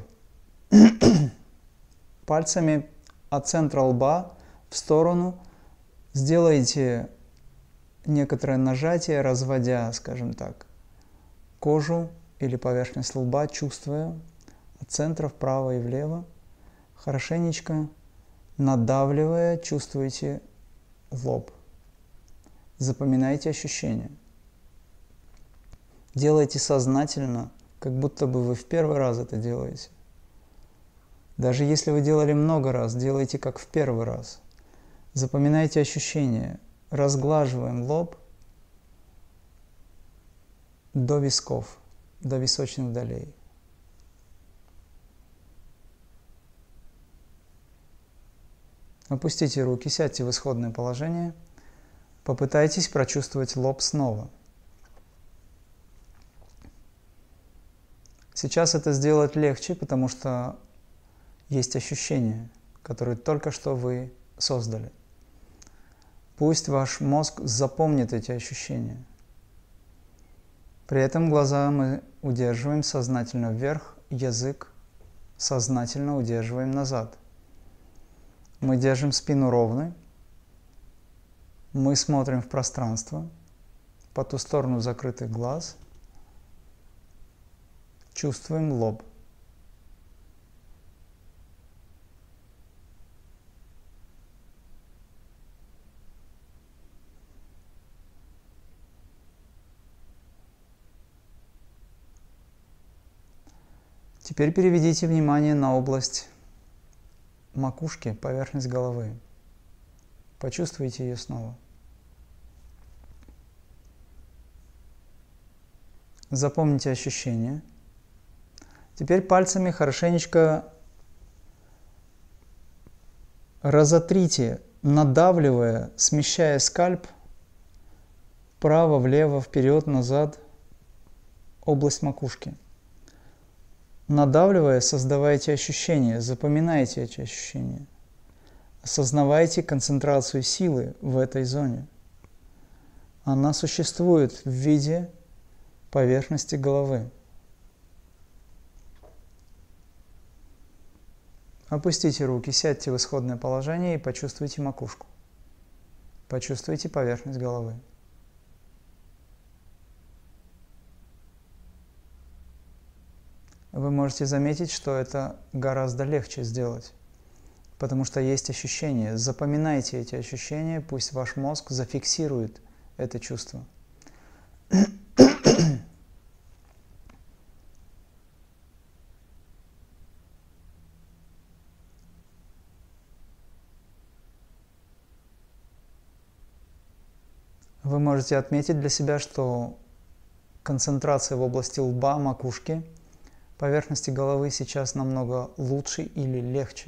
Пальцами от центра лба в сторону сделайте некоторое нажатие, разводя, скажем так, кожу или поверхность лба, чувствуя от центра вправо и влево. Хорошенечко надавливая, чувствуйте лоб. Запоминайте ощущения. Делайте сознательно, как будто бы вы в первый раз это делаете. Даже если вы делали много раз, делайте как в первый раз. Запоминайте ощущения. Разглаживаем лоб до висков, до височных долей. Опустите руки, сядьте в исходное положение. Попытайтесь прочувствовать лоб снова. Сейчас это сделать легче, потому что есть ощущения, которые только что вы создали. Пусть ваш мозг запомнит эти ощущения. При этом глаза мы удерживаем сознательно вверх, язык сознательно удерживаем назад. Мы держим спину ровной, мы смотрим в пространство, по ту сторону закрытых глаз, чувствуем лоб. Теперь переведите внимание на область макушки, поверхность головы. Почувствуйте ее снова. Запомните ощущения. Теперь пальцами хорошенечко разотрите, надавливая, смещая скальп вправо, влево, вперед, назад, область макушки. Надавливая, создавайте ощущения, запоминайте эти ощущения. Осознавайте концентрацию силы в этой зоне. Она существует в виде поверхности головы. Опустите руки, сядьте в исходное положение и почувствуйте макушку. Почувствуйте поверхность головы. Вы можете заметить, что это гораздо легче сделать, потому что есть ощущения. Запоминайте эти ощущения, пусть ваш мозг зафиксирует это чувство. Вы можете отметить для себя, что концентрация в области лба, макушки, поверхности головы сейчас намного лучше или легче.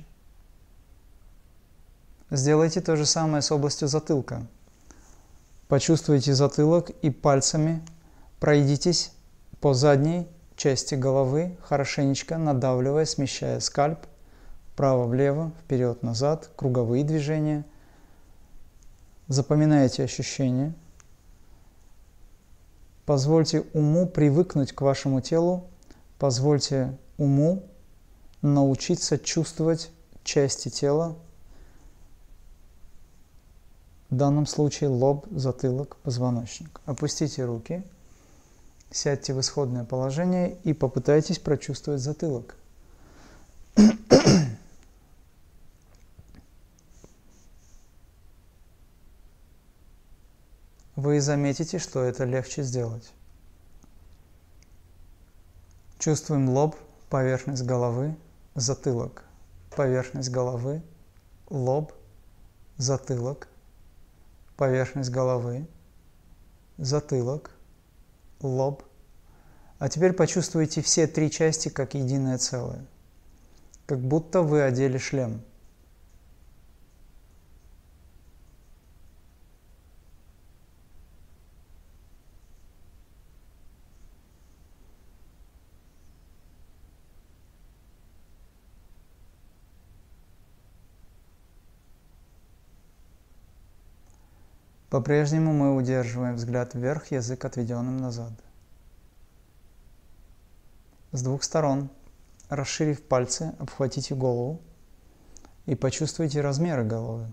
Сделайте то же самое с областью затылка. Почувствуйте затылок и пальцами пройдитесь по задней части головы, хорошенечко надавливая, смещая скальп вправо-влево, вперед-назад, круговые движения. Запоминайте ощущения. Позвольте уму привыкнуть к вашему телу. Позвольте уму научиться чувствовать части тела, в данном случае лоб, затылок, позвоночник. Опустите руки, сядьте в исходное положение и попытайтесь прочувствовать затылок. вы заметите, что это легче сделать. Чувствуем лоб, поверхность головы, затылок, поверхность головы, лоб, затылок, поверхность головы, затылок, лоб. А теперь почувствуйте все три части как единое целое, как будто вы одели шлем. По-прежнему мы удерживаем взгляд вверх, язык отведенным назад. С двух сторон, расширив пальцы, обхватите голову и почувствуйте размеры головы.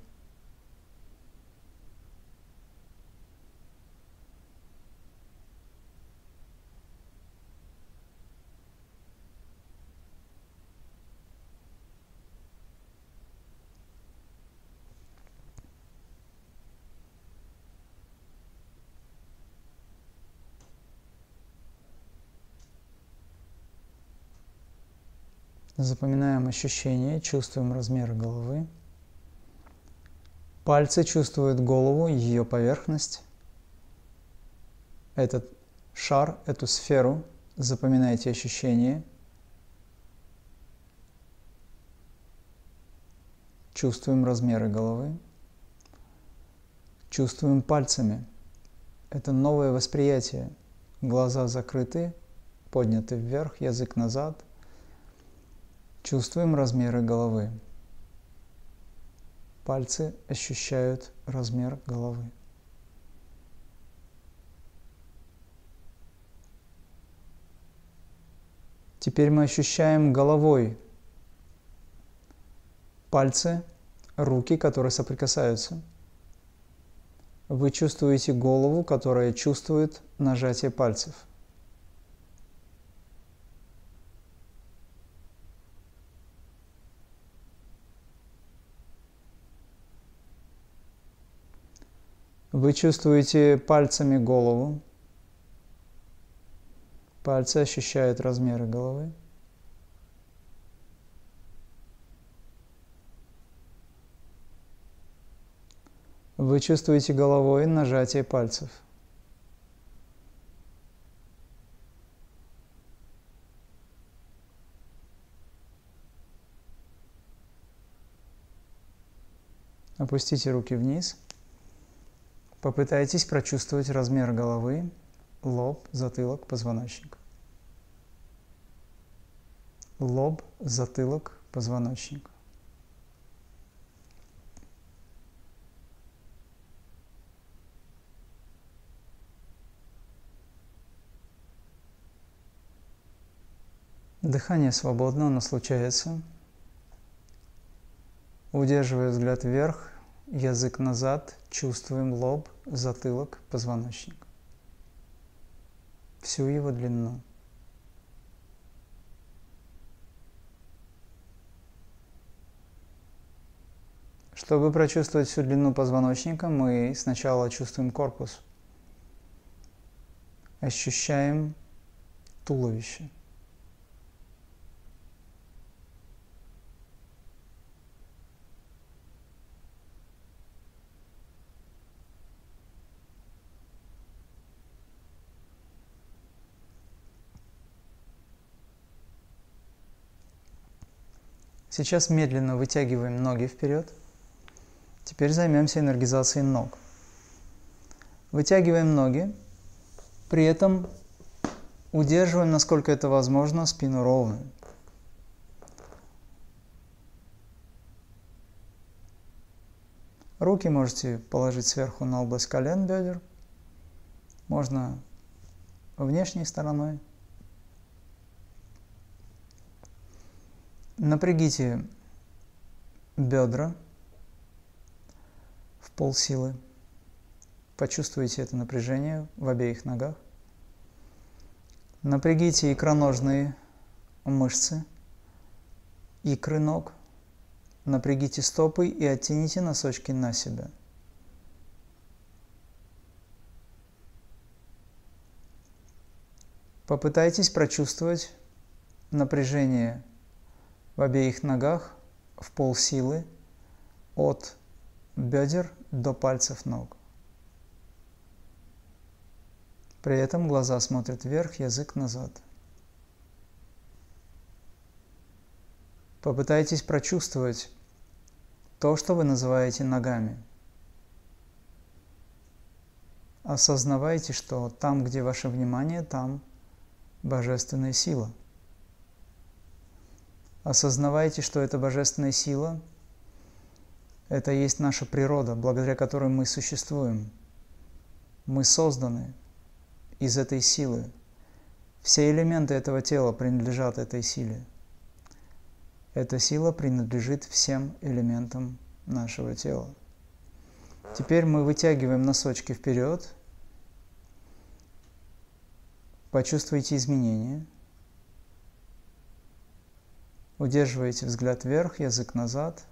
Запоминаем ощущения, чувствуем размеры головы. Пальцы чувствуют голову, ее поверхность. Этот шар, эту сферу. Запоминайте ощущения. Чувствуем размеры головы. Чувствуем пальцами. Это новое восприятие. Глаза закрыты, подняты вверх, язык назад. Чувствуем размеры головы. Пальцы ощущают размер головы. Теперь мы ощущаем головой пальцы, руки, которые соприкасаются. Вы чувствуете голову, которая чувствует нажатие пальцев. Вы чувствуете пальцами голову. Пальцы ощущают размеры головы. Вы чувствуете головой нажатие пальцев. Опустите руки вниз. Попытайтесь прочувствовать размер головы, лоб, затылок, позвоночник. Лоб, затылок, позвоночник. Дыхание свободно, оно случается. Удерживая взгляд вверх, язык назад, чувствуем лоб, затылок, позвоночник. Всю его длину. Чтобы прочувствовать всю длину позвоночника, мы сначала чувствуем корпус. Ощущаем туловище. Сейчас медленно вытягиваем ноги вперед. Теперь займемся энергизацией ног. Вытягиваем ноги, при этом удерживаем, насколько это возможно, спину ровной. Руки можете положить сверху на область колен, бедер. Можно внешней стороной. Напрягите бедра в полсилы. Почувствуйте это напряжение в обеих ногах. Напрягите икроножные мышцы, икры ног. Напрягите стопы и оттяните носочки на себя. Попытайтесь прочувствовать напряжение в обеих ногах в полсилы от бедер до пальцев ног. При этом глаза смотрят вверх, язык назад. Попытайтесь прочувствовать то, что вы называете ногами. Осознавайте, что там, где ваше внимание, там божественная сила. Осознавайте, что эта божественная сила – это есть наша природа, благодаря которой мы существуем. Мы созданы из этой силы. Все элементы этого тела принадлежат этой силе. Эта сила принадлежит всем элементам нашего тела. Теперь мы вытягиваем носочки вперед. Почувствуйте изменения. Удерживайте взгляд вверх, язык назад.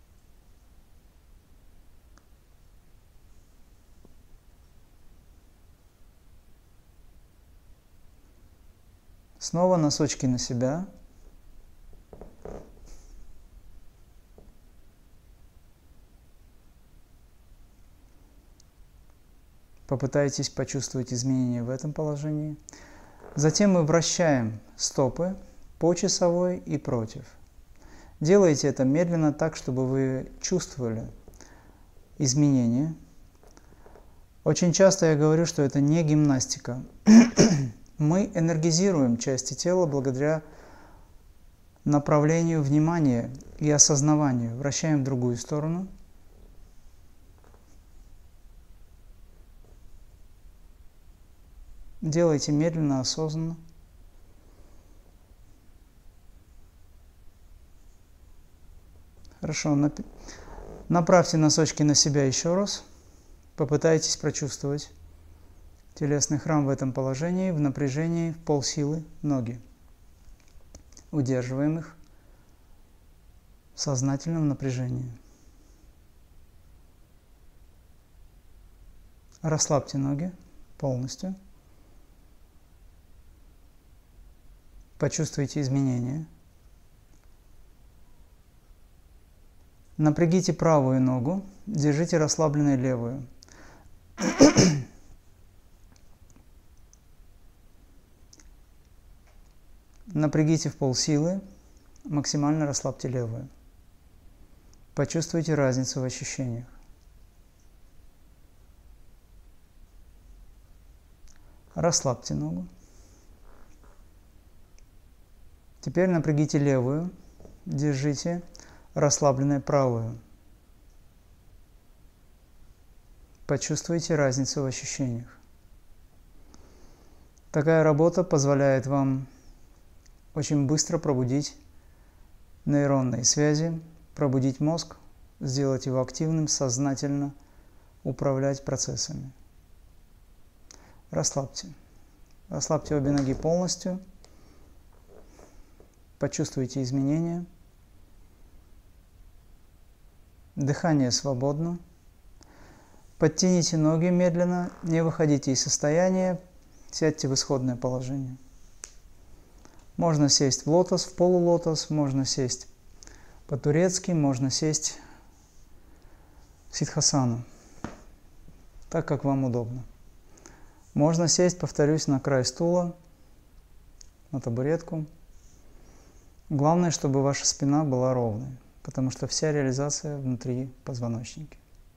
Снова носочки на себя. Попытайтесь почувствовать изменения в этом положении. Затем мы вращаем стопы по часовой и против. Делайте это медленно, так, чтобы вы чувствовали изменения. Очень часто я говорю, что это не гимнастика. Мы энергизируем части тела благодаря направлению внимания и осознаванию. Вращаем в другую сторону. Делайте медленно, осознанно. Хорошо. Направьте носочки на себя еще раз. Попытайтесь прочувствовать телесный храм в этом положении, в напряжении, в полсилы ноги. Удерживаем их в сознательном напряжении. Расслабьте ноги полностью. Почувствуйте изменения. Напрягите правую ногу, держите расслабленной левую. Напрягите в полсилы, максимально расслабьте левую. Почувствуйте разницу в ощущениях. Расслабьте ногу. Теперь напрягите левую, держите расслабленной правую. Почувствуйте разницу в ощущениях. Такая работа позволяет вам очень быстро пробудить нейронные связи, пробудить мозг, сделать его активным, сознательно управлять процессами. Расслабьте. Расслабьте обе ноги полностью. Почувствуйте изменения. Дыхание свободно. Подтяните ноги медленно, не выходите из состояния, сядьте в исходное положение. Можно сесть в лотос, в полулотос, можно сесть по-турецки, можно сесть в сидхасану, так как вам удобно. Можно сесть, повторюсь, на край стула, на табуретку. Главное, чтобы ваша спина была ровной, потому что вся реализация внутри позвоночника.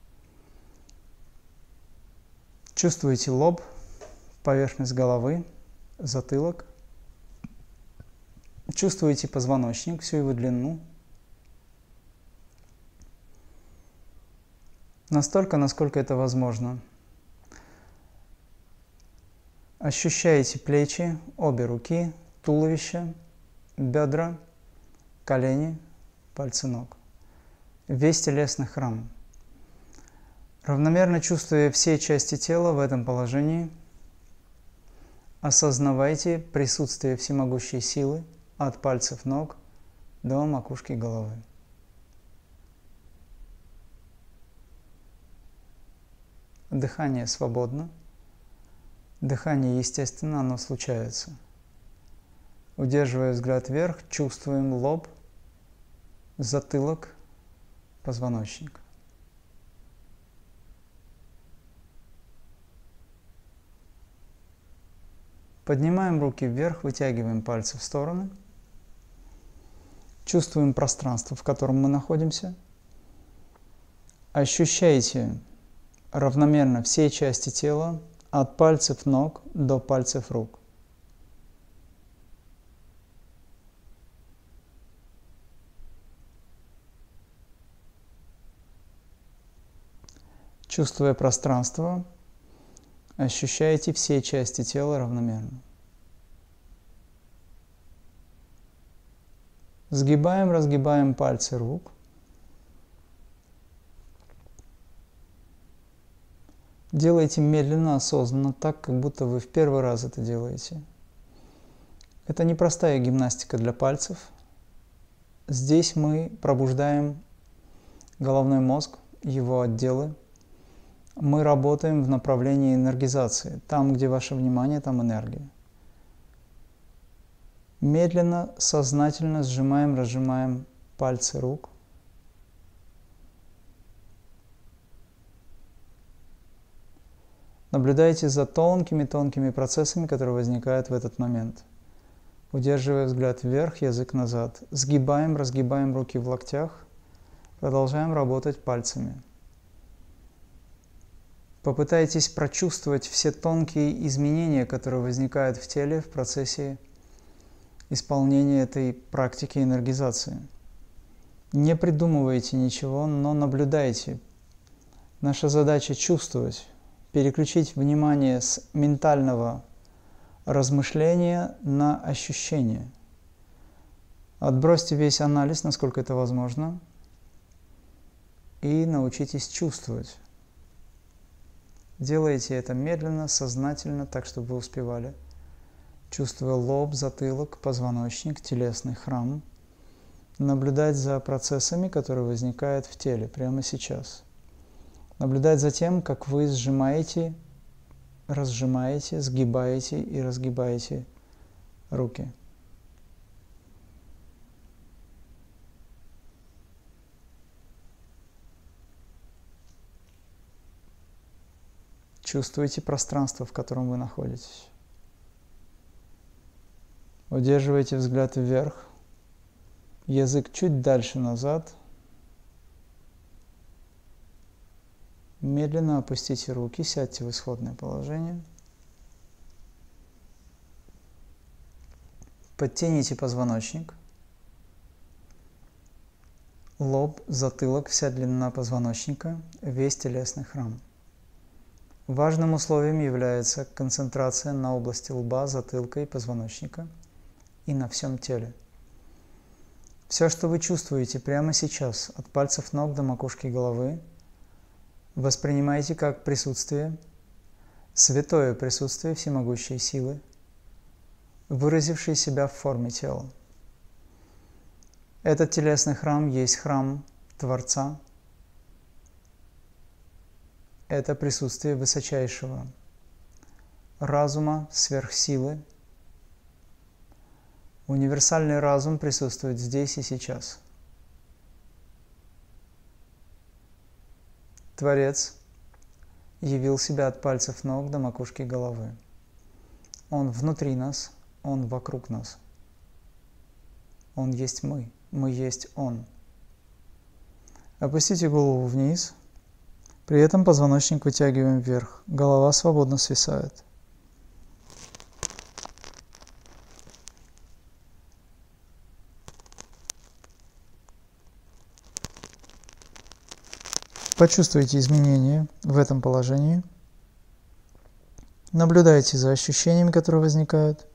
Чувствуете лоб, поверхность головы, затылок. Чувствуете позвоночник, всю его длину. Настолько, насколько это возможно. Ощущаете плечи, обе руки, туловище, бедра, колени, пальцы ног. Весь телесный храм. Равномерно чувствуя все части тела в этом положении, осознавайте присутствие всемогущей силы от пальцев ног до макушки головы. Дыхание свободно. Дыхание естественно, оно случается. Удерживая взгляд вверх, чувствуем лоб, затылок, позвоночник. Поднимаем руки вверх, вытягиваем пальцы в стороны. Чувствуем пространство, в котором мы находимся. Ощущайте равномерно все части тела, от пальцев ног до пальцев рук. Чувствуя пространство, ощущайте все части тела равномерно. Сгибаем, разгибаем пальцы рук. Делайте медленно, осознанно, так, как будто вы в первый раз это делаете. Это непростая гимнастика для пальцев. Здесь мы пробуждаем головной мозг, его отделы. Мы работаем в направлении энергизации. Там, где ваше внимание, там энергия. Медленно, сознательно сжимаем, разжимаем пальцы рук. Наблюдайте за тонкими-тонкими процессами, которые возникают в этот момент. Удерживая взгляд вверх, язык назад. Сгибаем, разгибаем руки в локтях. Продолжаем работать пальцами. Попытайтесь прочувствовать все тонкие изменения, которые возникают в теле в процессе исполнения этой практики энергизации. Не придумывайте ничего, но наблюдайте. Наша задача чувствовать, переключить внимание с ментального размышления на ощущение. Отбросьте весь анализ, насколько это возможно, и научитесь чувствовать. Делайте это медленно, сознательно, так, чтобы вы успевали. Чувствуя лоб, затылок, позвоночник, телесный храм. Наблюдать за процессами, которые возникают в теле прямо сейчас. Наблюдать за тем, как вы сжимаете, разжимаете, сгибаете и разгибаете руки. Чувствуйте пространство, в котором вы находитесь. Удерживайте взгляд вверх, язык чуть дальше назад. Медленно опустите руки, сядьте в исходное положение. Подтяните позвоночник. Лоб, затылок, вся длина позвоночника, весь телесный храм. Важным условием является концентрация на области лба, затылка и позвоночника и на всем теле. Все, что вы чувствуете прямо сейчас, от пальцев ног до макушки головы, воспринимайте как присутствие, святое присутствие всемогущей силы, выразившей себя в форме тела. Этот телесный храм есть храм Творца. Это присутствие высочайшего разума, сверхсилы. Универсальный разум присутствует здесь и сейчас. Творец явил себя от пальцев ног до макушки головы. Он внутри нас, Он вокруг нас. Он есть мы, мы есть Он. Опустите голову вниз. При этом позвоночник вытягиваем вверх, голова свободно свисает. Почувствуйте изменения в этом положении. Наблюдайте за ощущениями, которые возникают.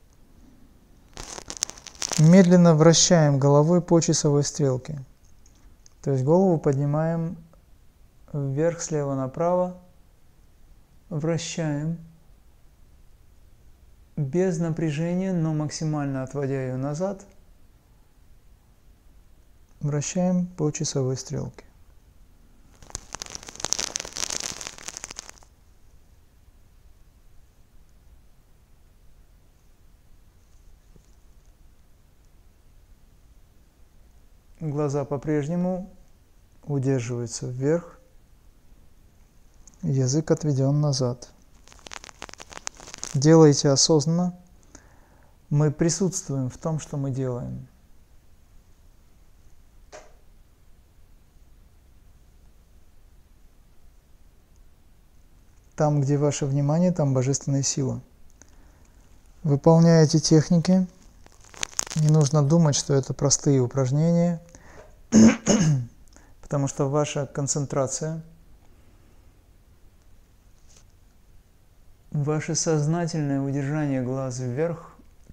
Медленно вращаем головой по часовой стрелке. То есть голову поднимаем вверх, слева направо, вращаем без напряжения, но максимально отводя ее назад. Вращаем по часовой стрелке. Глаза по-прежнему удерживаются вверх, язык отведен назад. Делайте осознанно. Мы присутствуем в том, что мы делаем. Там, где ваше внимание, там божественная сила. Выполняя эти техники, не нужно думать, что это простые упражнения, потому что ваша концентрация, ваше сознательное удержание глаз вверх,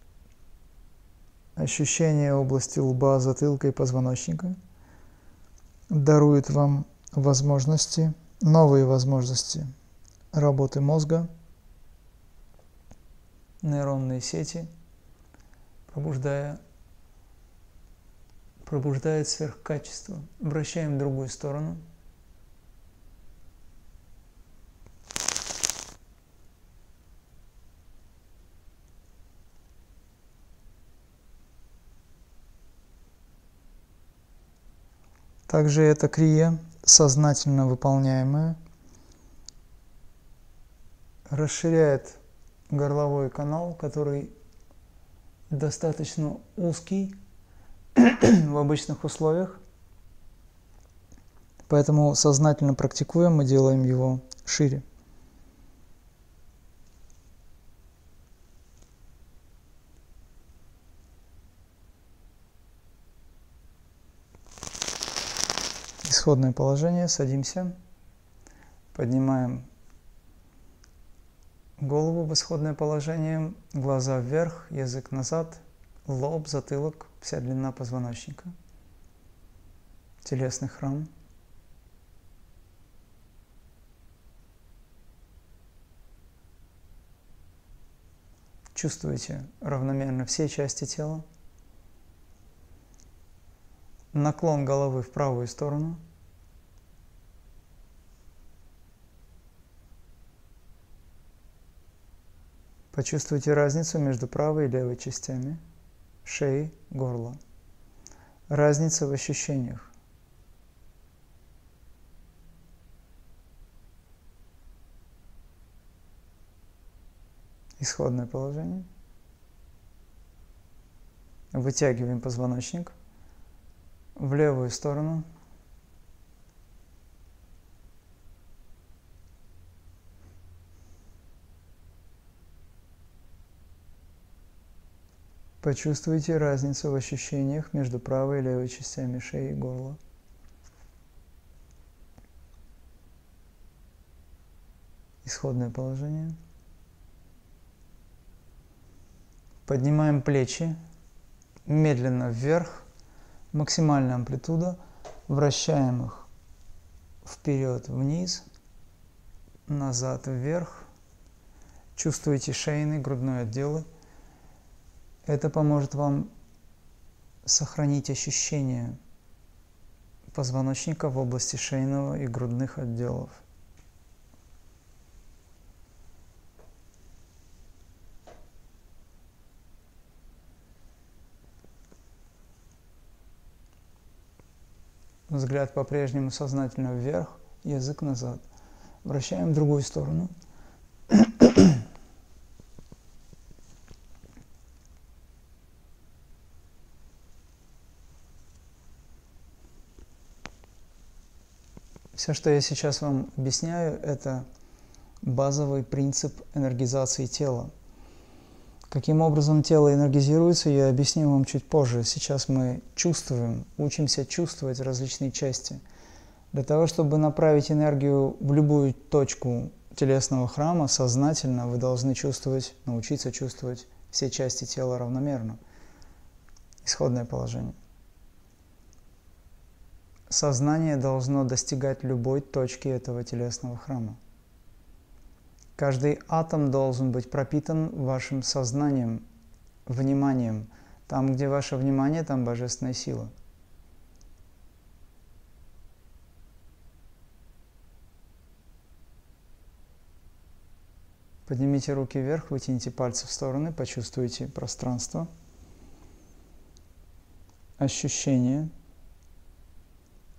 ощущение области лба, затылка и позвоночника дарует вам возможности, новые возможности работы мозга, нейронные сети, пробуждая, пробуждает сверхкачество. Вращаем в другую сторону. Также эта крия, сознательно выполняемая, расширяет горловой канал, который достаточно узкий в обычных условиях. Поэтому сознательно практикуя, мы делаем его шире. Исходное положение. Садимся. Поднимаем голову в исходное положение, глаза вверх, язык назад, лоб, затылок, вся длина позвоночника, телесный храм. Чувствуете равномерно все части тела. Наклон головы в правую сторону. Почувствуйте разницу между правой и левой частями шеи, горла. Разница в ощущениях. Исходное положение. Вытягиваем позвоночник в левую сторону. Почувствуйте разницу в ощущениях между правой и левой частями шеи и горла. Исходное положение. Поднимаем плечи медленно вверх, максимальная амплитуда, вращаем их вперед, вниз, назад, вверх. Чувствуете шейный, грудной отделы. Это поможет вам сохранить ощущение позвоночника в области шейного и грудных отделов. Взгляд по-прежнему сознательно вверх, язык назад. Вращаем в другую сторону. Все, что я сейчас вам объясняю, это базовый принцип энергизации тела. Каким образом тело энергизируется, я объясню вам чуть позже. Сейчас мы чувствуем, учимся чувствовать различные части. Для того, чтобы направить энергию в любую точку телесного храма, сознательно вы должны чувствовать, научиться чувствовать все части тела равномерно. Исходное положение. Сознание должно достигать любой точки этого телесного храма. Каждый атом должен быть пропитан вашим сознанием, вниманием. Там, где ваше внимание, там божественная сила. Поднимите руки вверх, вытяните пальцы в стороны, почувствуйте пространство, ощущение,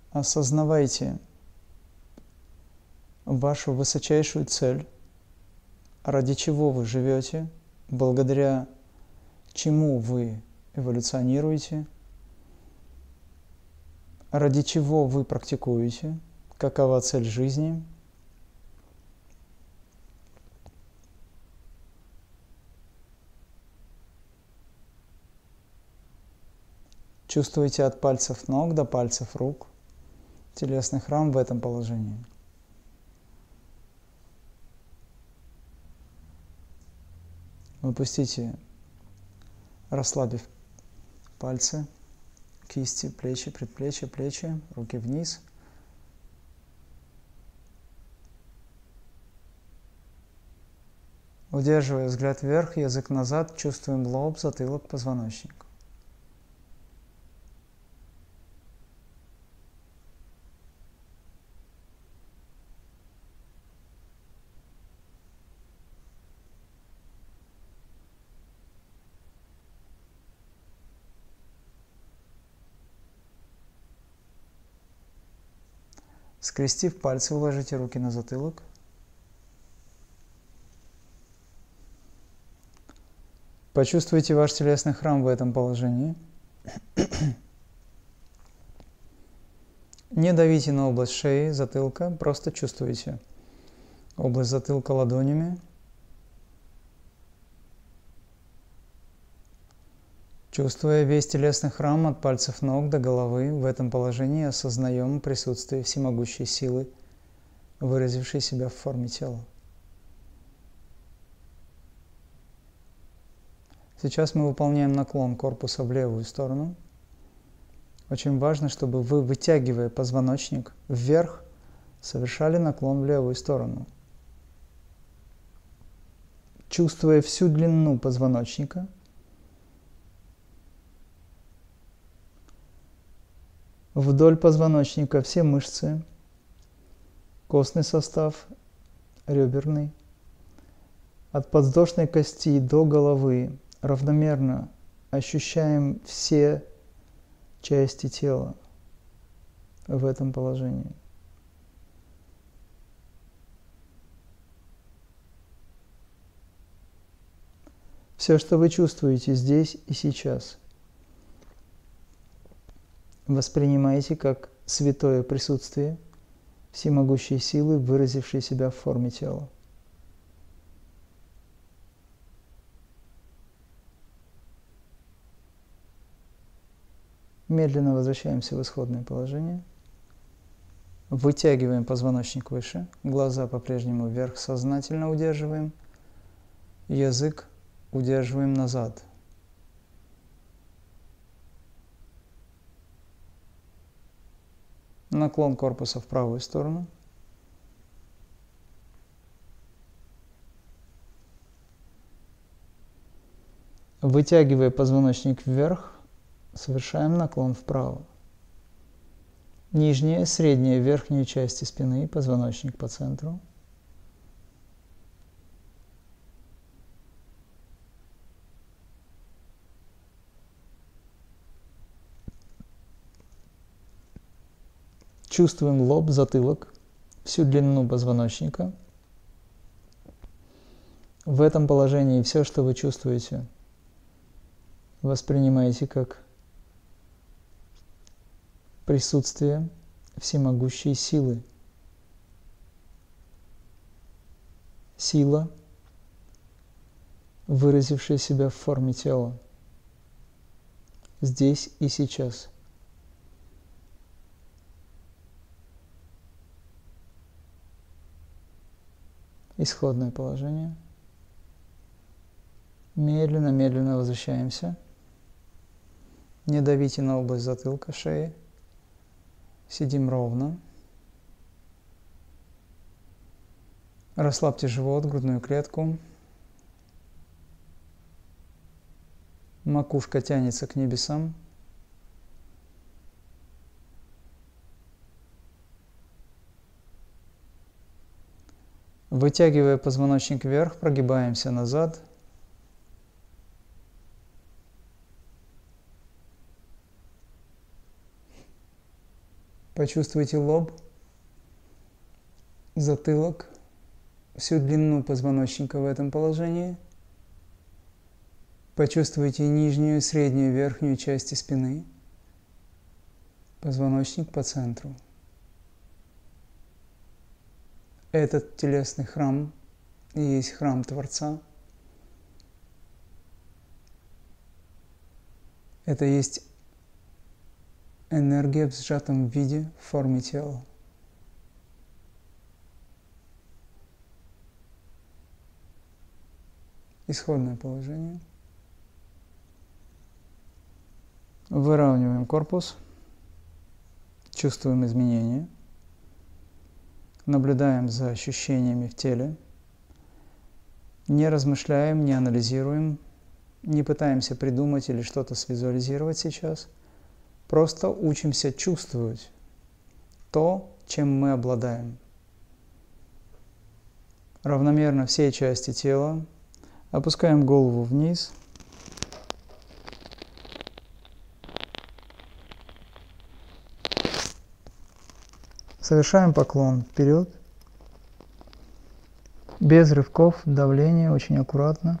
осознавайте вашу высочайшую цель, ради чего вы живете, благодаря чему вы эволюционируете, ради чего вы практикуете, какова цель жизни. Чувствуйте от пальцев ног до пальцев рук телесный храм в этом положении. Выпустите, расслабив пальцы, кисти, плечи, предплечья, плечи, руки вниз. Удерживая взгляд вверх, язык назад, чувствуем лоб, затылок, позвоночник. Скрестив пальцы, уложите руки на затылок. Почувствуйте ваш телесный храм в этом положении. Не давите на область шеи, затылка, просто чувствуйте область затылка ладонями. Чувствуя весь телесный храм от пальцев ног до головы, в этом положении осознаем присутствие всемогущей силы, выразившей себя в форме тела. Сейчас мы выполняем наклон корпуса в левую сторону. Очень важно, чтобы вы, вытягивая позвоночник вверх, совершали наклон в левую сторону. Чувствуя всю длину позвоночника, вдоль позвоночника все мышцы, костный состав, реберный, от подвздошной кости до головы равномерно ощущаем все части тела в этом положении. Все, что вы чувствуете здесь и сейчас, воспринимайте как святое присутствие всемогущей силы, выразившей себя в форме тела. Медленно возвращаемся в исходное положение. Вытягиваем позвоночник выше, глаза по-прежнему вверх, сознательно удерживаем, язык удерживаем назад. Наклон корпуса в правую сторону. Вытягивая позвоночник вверх, совершаем наклон вправо. Нижняя, средняя, верхняя части спины, позвоночник по центру. Чувствуем лоб, затылок, всю длину позвоночника. В этом положении все, что вы чувствуете, воспринимаете как присутствие всемогущей силы. Сила, выразившая себя в форме тела, здесь и сейчас. Исходное положение. Медленно-медленно возвращаемся. Не давите на область затылка, шеи. Сидим ровно. Расслабьте живот, грудную клетку. Макушка тянется к небесам. Вытягивая позвоночник вверх, прогибаемся назад. Почувствуйте лоб, затылок, всю длину позвоночника в этом положении. Почувствуйте нижнюю, среднюю, верхнюю части спины, позвоночник по центру. Этот телесный храм и есть храм Творца. Это есть энергия в сжатом виде в форме тела. Исходное положение. Выравниваем корпус, чувствуем изменения, наблюдаем за ощущениями в теле, не размышляем, не анализируем, не пытаемся придумать или что-то свизуализировать сейчас, просто учимся чувствовать то, чем мы обладаем. Равномерно все части тела, опускаем голову вниз. Совершаем поклон вперед, без рывков, давления, очень аккуратно.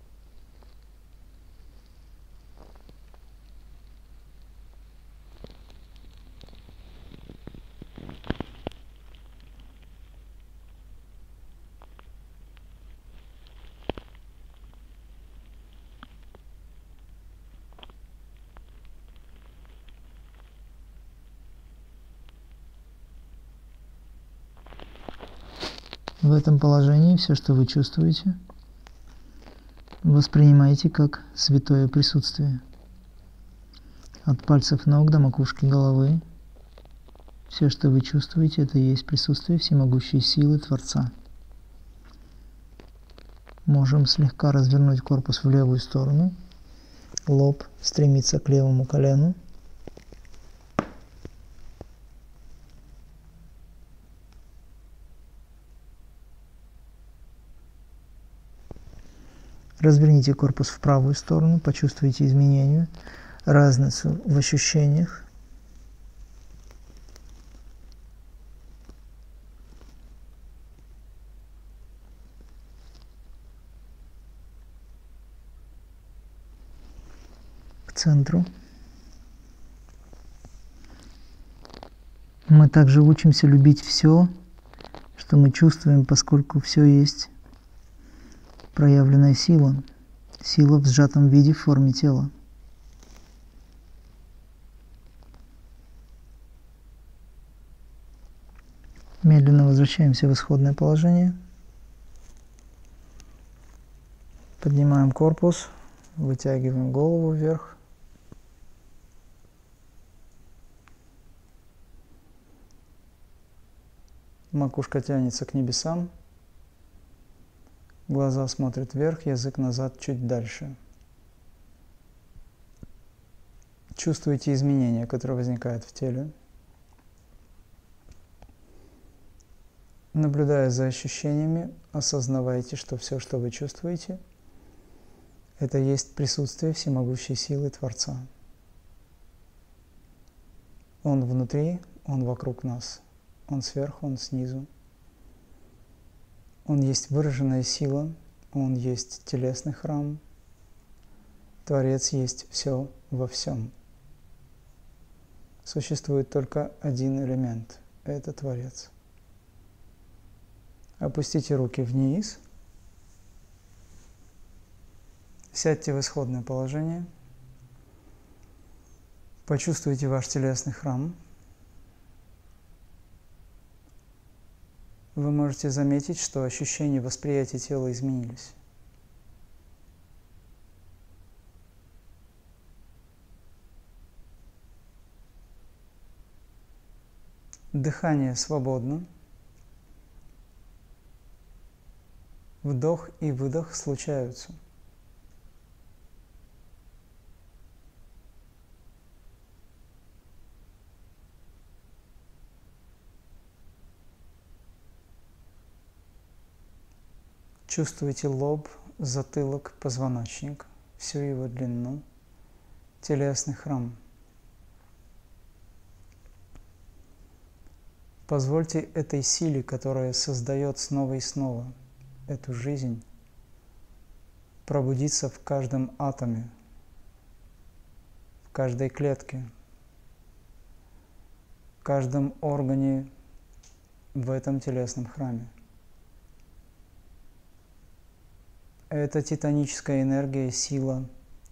В этом положении все, что вы чувствуете, воспринимайте как святое присутствие. От пальцев ног до макушки головы. Все, что вы чувствуете, это и есть присутствие всемогущей силы Творца. Можем слегка развернуть корпус в левую сторону. Лоб стремится к левому колену. Разверните корпус в правую сторону, почувствуйте изменения, разницу в ощущениях. К центру. Мы также учимся любить все, что мы чувствуем, поскольку все есть проявленная сила, сила в сжатом виде в форме тела. Медленно возвращаемся в исходное положение. Поднимаем корпус, вытягиваем голову вверх. Макушка тянется к небесам. Глаза смотрят вверх, язык назад, чуть дальше. Чувствуете изменения, которые возникают в теле. Наблюдая за ощущениями, осознавайте, что все, что вы чувствуете, это есть присутствие всемогущей силы Творца. Он внутри, Он вокруг нас. Он сверху, Он снизу. Он есть выраженная сила, Он есть телесный храм. Творец есть все во всем. Существует только один элемент – это Творец. Опустите руки вниз. Сядьте в исходное положение. Почувствуйте ваш телесный храм. Вы можете заметить, что ощущения восприятия тела изменились. Дыхание свободно. Вдох и выдох случаются. Чувствуйте лоб, затылок, позвоночник, всю его длину, телесный храм. Позвольте этой силе, которая создает снова и снова эту жизнь, пробудиться в каждом атоме, в каждой клетке, в каждом органе в этом телесном храме. Это титаническая энергия, сила,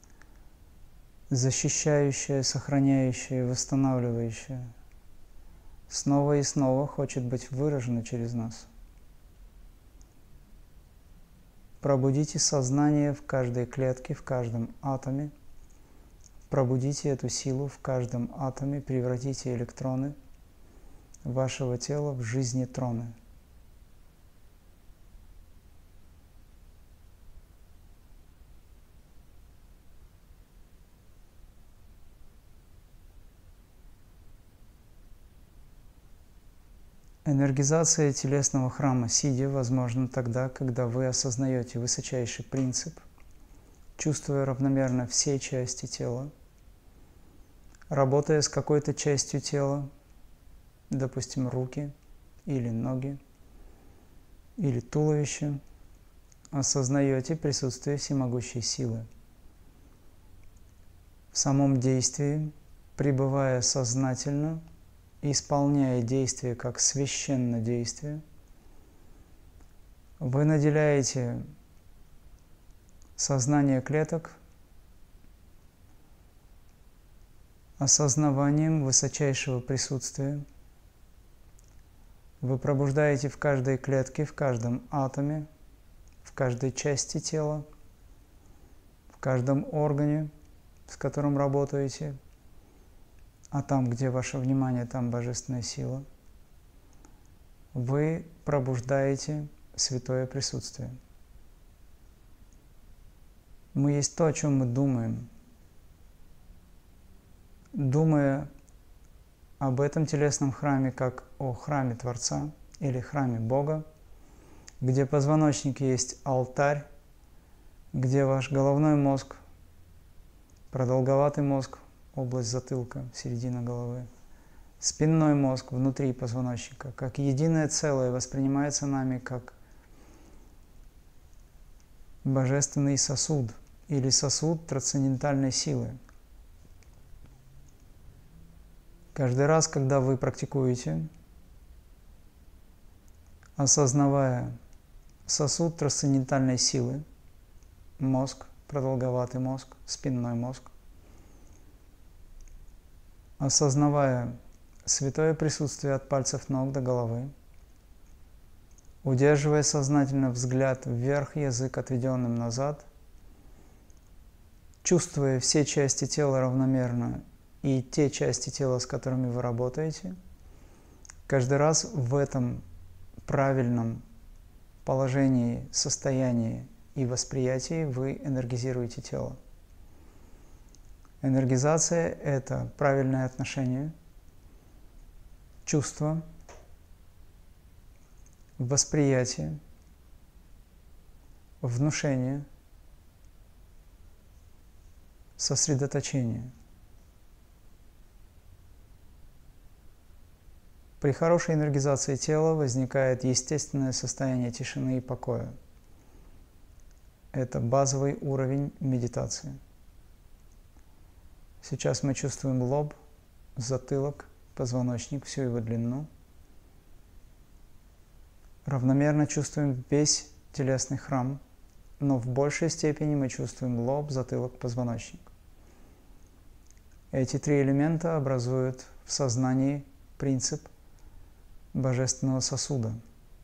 защищающая, сохраняющая, восстанавливающая, снова и снова хочет быть выражена через нас. Пробудите сознание в каждой клетке, в каждом атоме. Пробудите эту силу в каждом атоме, превратите электроны вашего тела в жизнетроны. Энергизация телесного храма сидя возможна тогда, когда вы осознаете высочайший принцип, чувствуя равномерно все части тела, работая с какой-то частью тела, допустим, руки или ноги, или туловище, осознаете присутствие всемогущей силы. В самом действии, пребывая сознательно, исполняя действие как священное действие, вы наделяете сознание клеток осознаванием высочайшего присутствия. Вы пробуждаете в каждой клетке, в каждом атоме, в каждой части тела, в каждом органе, с которым работаете, а там, где ваше внимание, там божественная сила, вы пробуждаете святое присутствие. Мы есть то, о чем мы думаем. Думая об этом телесном храме как о храме Творца или храме Бога, где позвоночник есть алтарь, где ваш головной мозг, продолговатый мозг, область затылка, середина головы, спинной мозг внутри позвоночника, как единое целое воспринимается нами как божественный сосуд или сосуд трансцендентальной силы. Каждый раз, когда вы практикуете, осознавая сосуд трансцендентальной силы, мозг, продолговатый мозг, спинной мозг, осознавая святое присутствие от пальцев ног до головы, удерживая сознательно взгляд вверх, язык отведенным назад, чувствуя все части тела равномерно и те части тела, с которыми вы работаете, каждый раз в этом правильном положении, состоянии и восприятии вы энергизируете тело. Энергизация – это правильное отношение, чувство, восприятие, внушение, сосредоточение. При хорошей энергизации тела возникает естественное состояние тишины и покоя. Это базовый уровень медитации. Сейчас мы чувствуем лоб, затылок, позвоночник, всю его длину. Равномерно чувствуем весь телесный храм, но в большей степени мы чувствуем лоб, затылок, позвоночник. Эти три элемента образуют в сознании принцип божественного сосуда.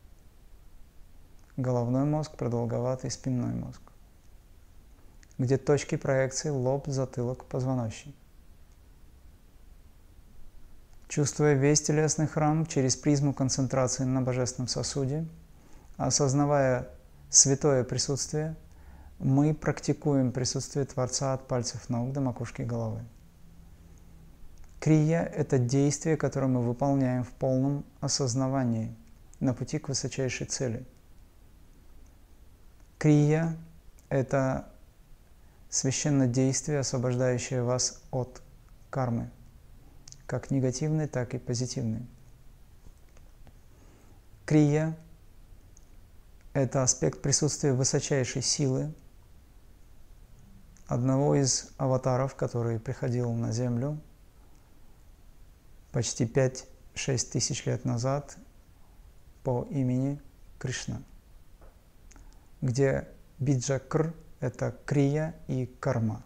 Головной мозг, продолговатый спинной мозг, где точки проекции лоб, затылок, позвоночник. Чувствуя весь телесный храм через призму концентрации на божественном сосуде, осознавая святое присутствие, мы практикуем присутствие Творца от пальцев ног до макушки головы. Крия – это действие, которое мы выполняем в полном осознавании на пути к высочайшей цели. Крия – это священное действие, освобождающее вас от кармы, как негативной, так и позитивной. Крия – это аспект присутствия высочайшей силы, одного из аватаров, который приходил на Землю почти пять-шесть тысяч лет назад по имени Кришна, где биджа-кр – это крия и карма.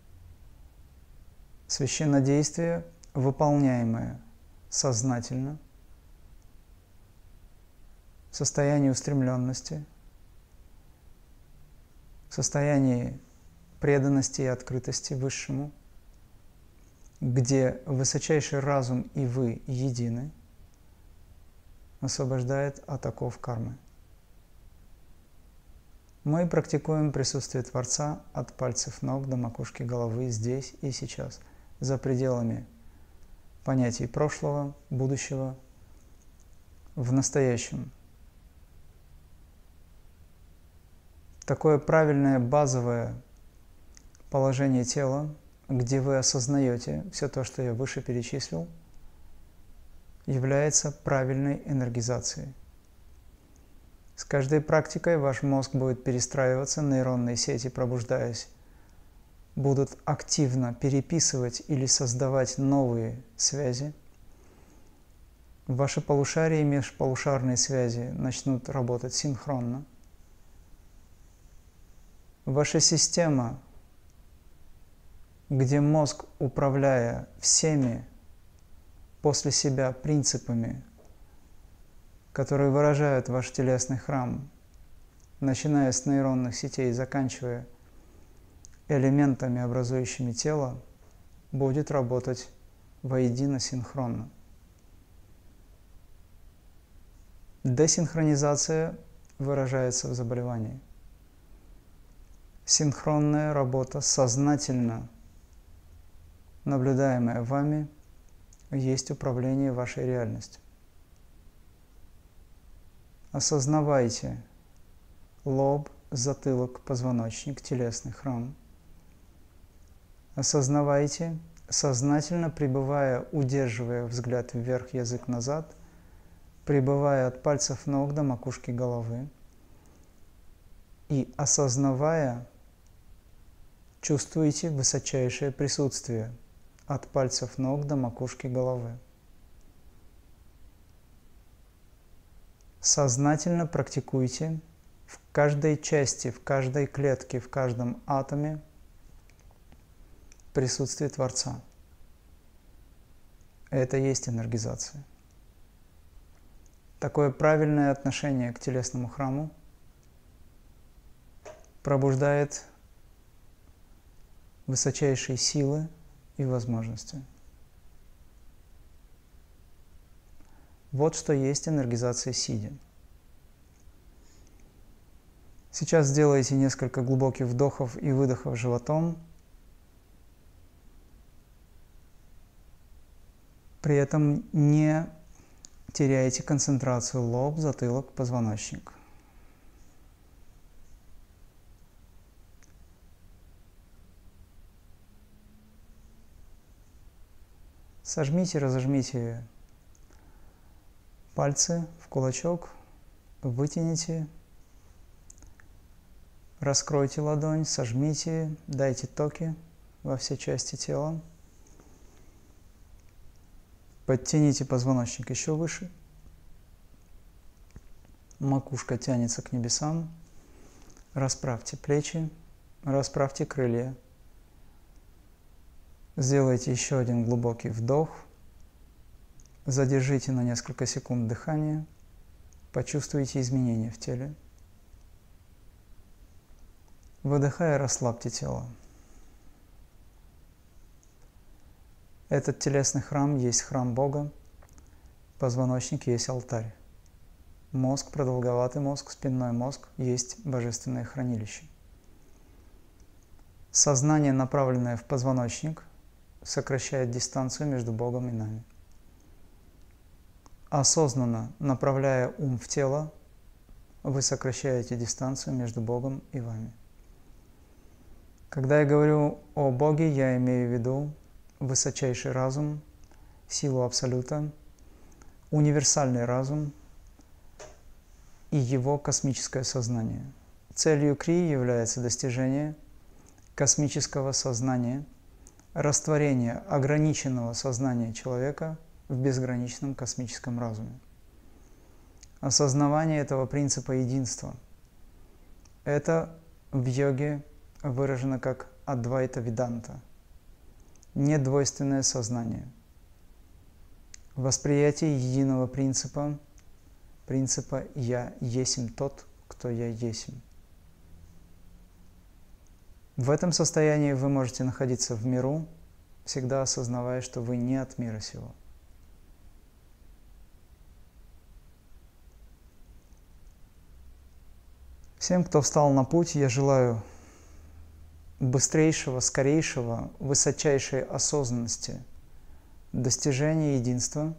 Священнодействие, выполняемое сознательно, в состоянии устремленности, в состоянии преданности и открытости Высшему, где высочайший разум и вы едины, освобождает от оков кармы. Мы практикуем присутствие Творца от пальцев ног до макушки головы здесь и сейчас, за пределами понятий прошлого, будущего, в настоящем. Такое правильное базовое положение тела, где вы осознаете все то, что я выше перечислил, является правильной энергизацией. С каждой практикой ваш мозг будет перестраиваться, нейронные сети, пробуждаясь, будут активно переписывать или создавать новые связи. Ваши полушария и межполушарные связи начнут работать синхронно. Ваша система, где мозг, управляя всеми после себя принципами, которые выражают ваш телесный храм, начиная с нейронных сетей и заканчивая элементами, образующими тело, будет работать воедино синхронно. Десинхронизация выражается в заболевании. Синхронная работа, сознательно наблюдаемая вами, есть управление вашей реальностью. Осознавайте лоб, затылок, позвоночник, телесный храм. Осознавайте, сознательно пребывая, удерживая взгляд вверх, язык назад, пребывая от пальцев ног до макушки головы и осознавая, чувствуете высочайшее присутствие от пальцев ног до макушки головы. Сознательно практикуйте в каждой части, в каждой клетке, в каждом атоме присутствие Творца. Это и есть энергизация. Такое правильное отношение к телесному храму пробуждает высочайшие силы и возможности. Вот что есть энергизация сидя. Сейчас сделайте несколько глубоких вдохов и выдохов животом. При этом не теряйте концентрацию лоб, затылок, позвоночник. Сожмите, разожмите пальцы в кулачок, вытяните, раскройте ладонь, сожмите, дайте токи во все части тела. Подтяните позвоночник еще выше. Макушка тянется к небесам. Расправьте плечи, расправьте крылья. Сделайте еще один глубокий вдох. Задержите на несколько секунд дыхание. Почувствуйте изменения в теле. Выдыхая, расслабьте тело. Этот телесный храм есть храм Бога. Позвоночник есть алтарь. Мозг, продолговатый мозг, спинной мозг есть божественное хранилище. Сознание, направленное в позвоночник, сокращает дистанцию между Богом и нами. Осознанно направляя ум в тело, вы сокращаете дистанцию между Богом и вами. Когда я говорю о Боге, я имею в виду высочайший разум, силу Абсолюта, универсальный разум, и его космическое сознание. Целью Крии является достижение космического сознания, растворение ограниченного сознания человека в безграничном космическом разуме. Осознавание этого принципа единства. Это в йоге выражено как Адвайта Веданта, недвойственное сознание. Восприятие единого принципа, принципа «Я есмь тот, кто я есмь». В этом состоянии вы можете находиться в миру, всегда осознавая, что вы не от мира сего. Всем, кто встал на путь, я желаю быстрейшего, скорейшего, высочайшей осознанности, достижения единства.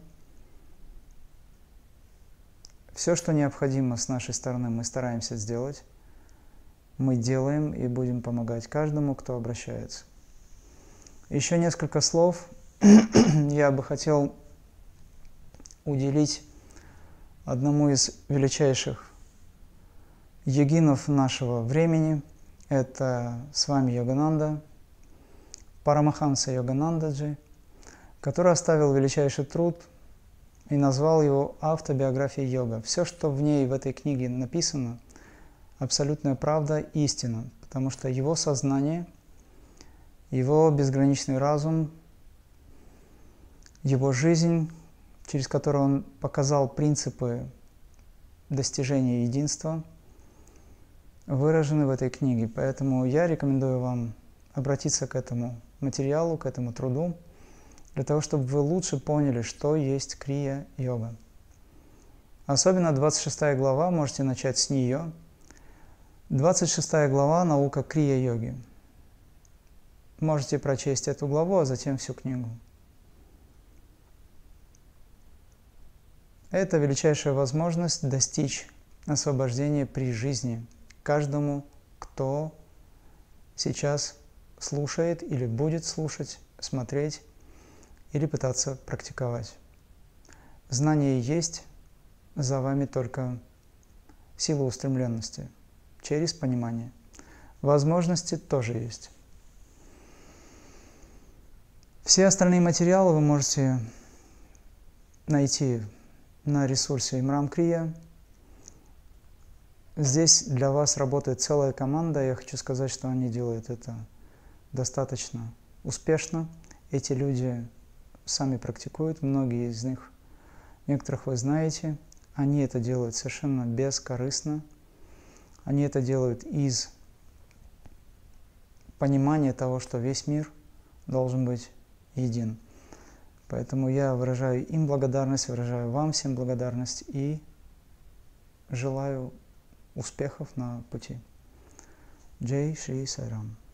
Все, что необходимо с нашей стороны, мы стараемся сделать. Мы делаем и будем помогать каждому, кто обращается. Еще несколько слов я бы хотел уделить одному из величайших йогинов нашего времени. Это с вами Йогананда, Парамахамса Йоганандаджи, который оставил величайший труд и назвал его «Автобиографией йога». Все, что в ней, в этой книге написано, абсолютная правда, истина, потому что его сознание, его безграничный разум, его жизнь, через которую он показал принципы достижения единства, выражены в этой книге. Поэтому я рекомендую вам обратиться к этому материалу, к этому труду, для того, чтобы вы лучше поняли, что есть крия-йога. Особенно двадцать шестая глава, можете начать с нее. двадцать шестая глава «Наука крия-йоги». Можете прочесть эту главу, а затем всю книгу. Это величайшая возможность достичь освобождения при жизни каждому, кто сейчас слушает или будет слушать, смотреть или пытаться практиковать. Знание есть, за вами только сила устремленности через понимание. Возможности тоже есть. Все остальные материалы вы можете найти на ресурсе Имрам Крия. Здесь для вас работает целая команда. Я хочу сказать, что они делают это достаточно успешно. Эти люди сами практикуют, многие из них, некоторых вы знаете. Они это делают совершенно бескорыстно. Они это делают из понимания того, что весь мир должен быть един. Поэтому я выражаю им благодарность, выражаю вам всем благодарность и желаю успехов на пути. Джей Шри Сайрам.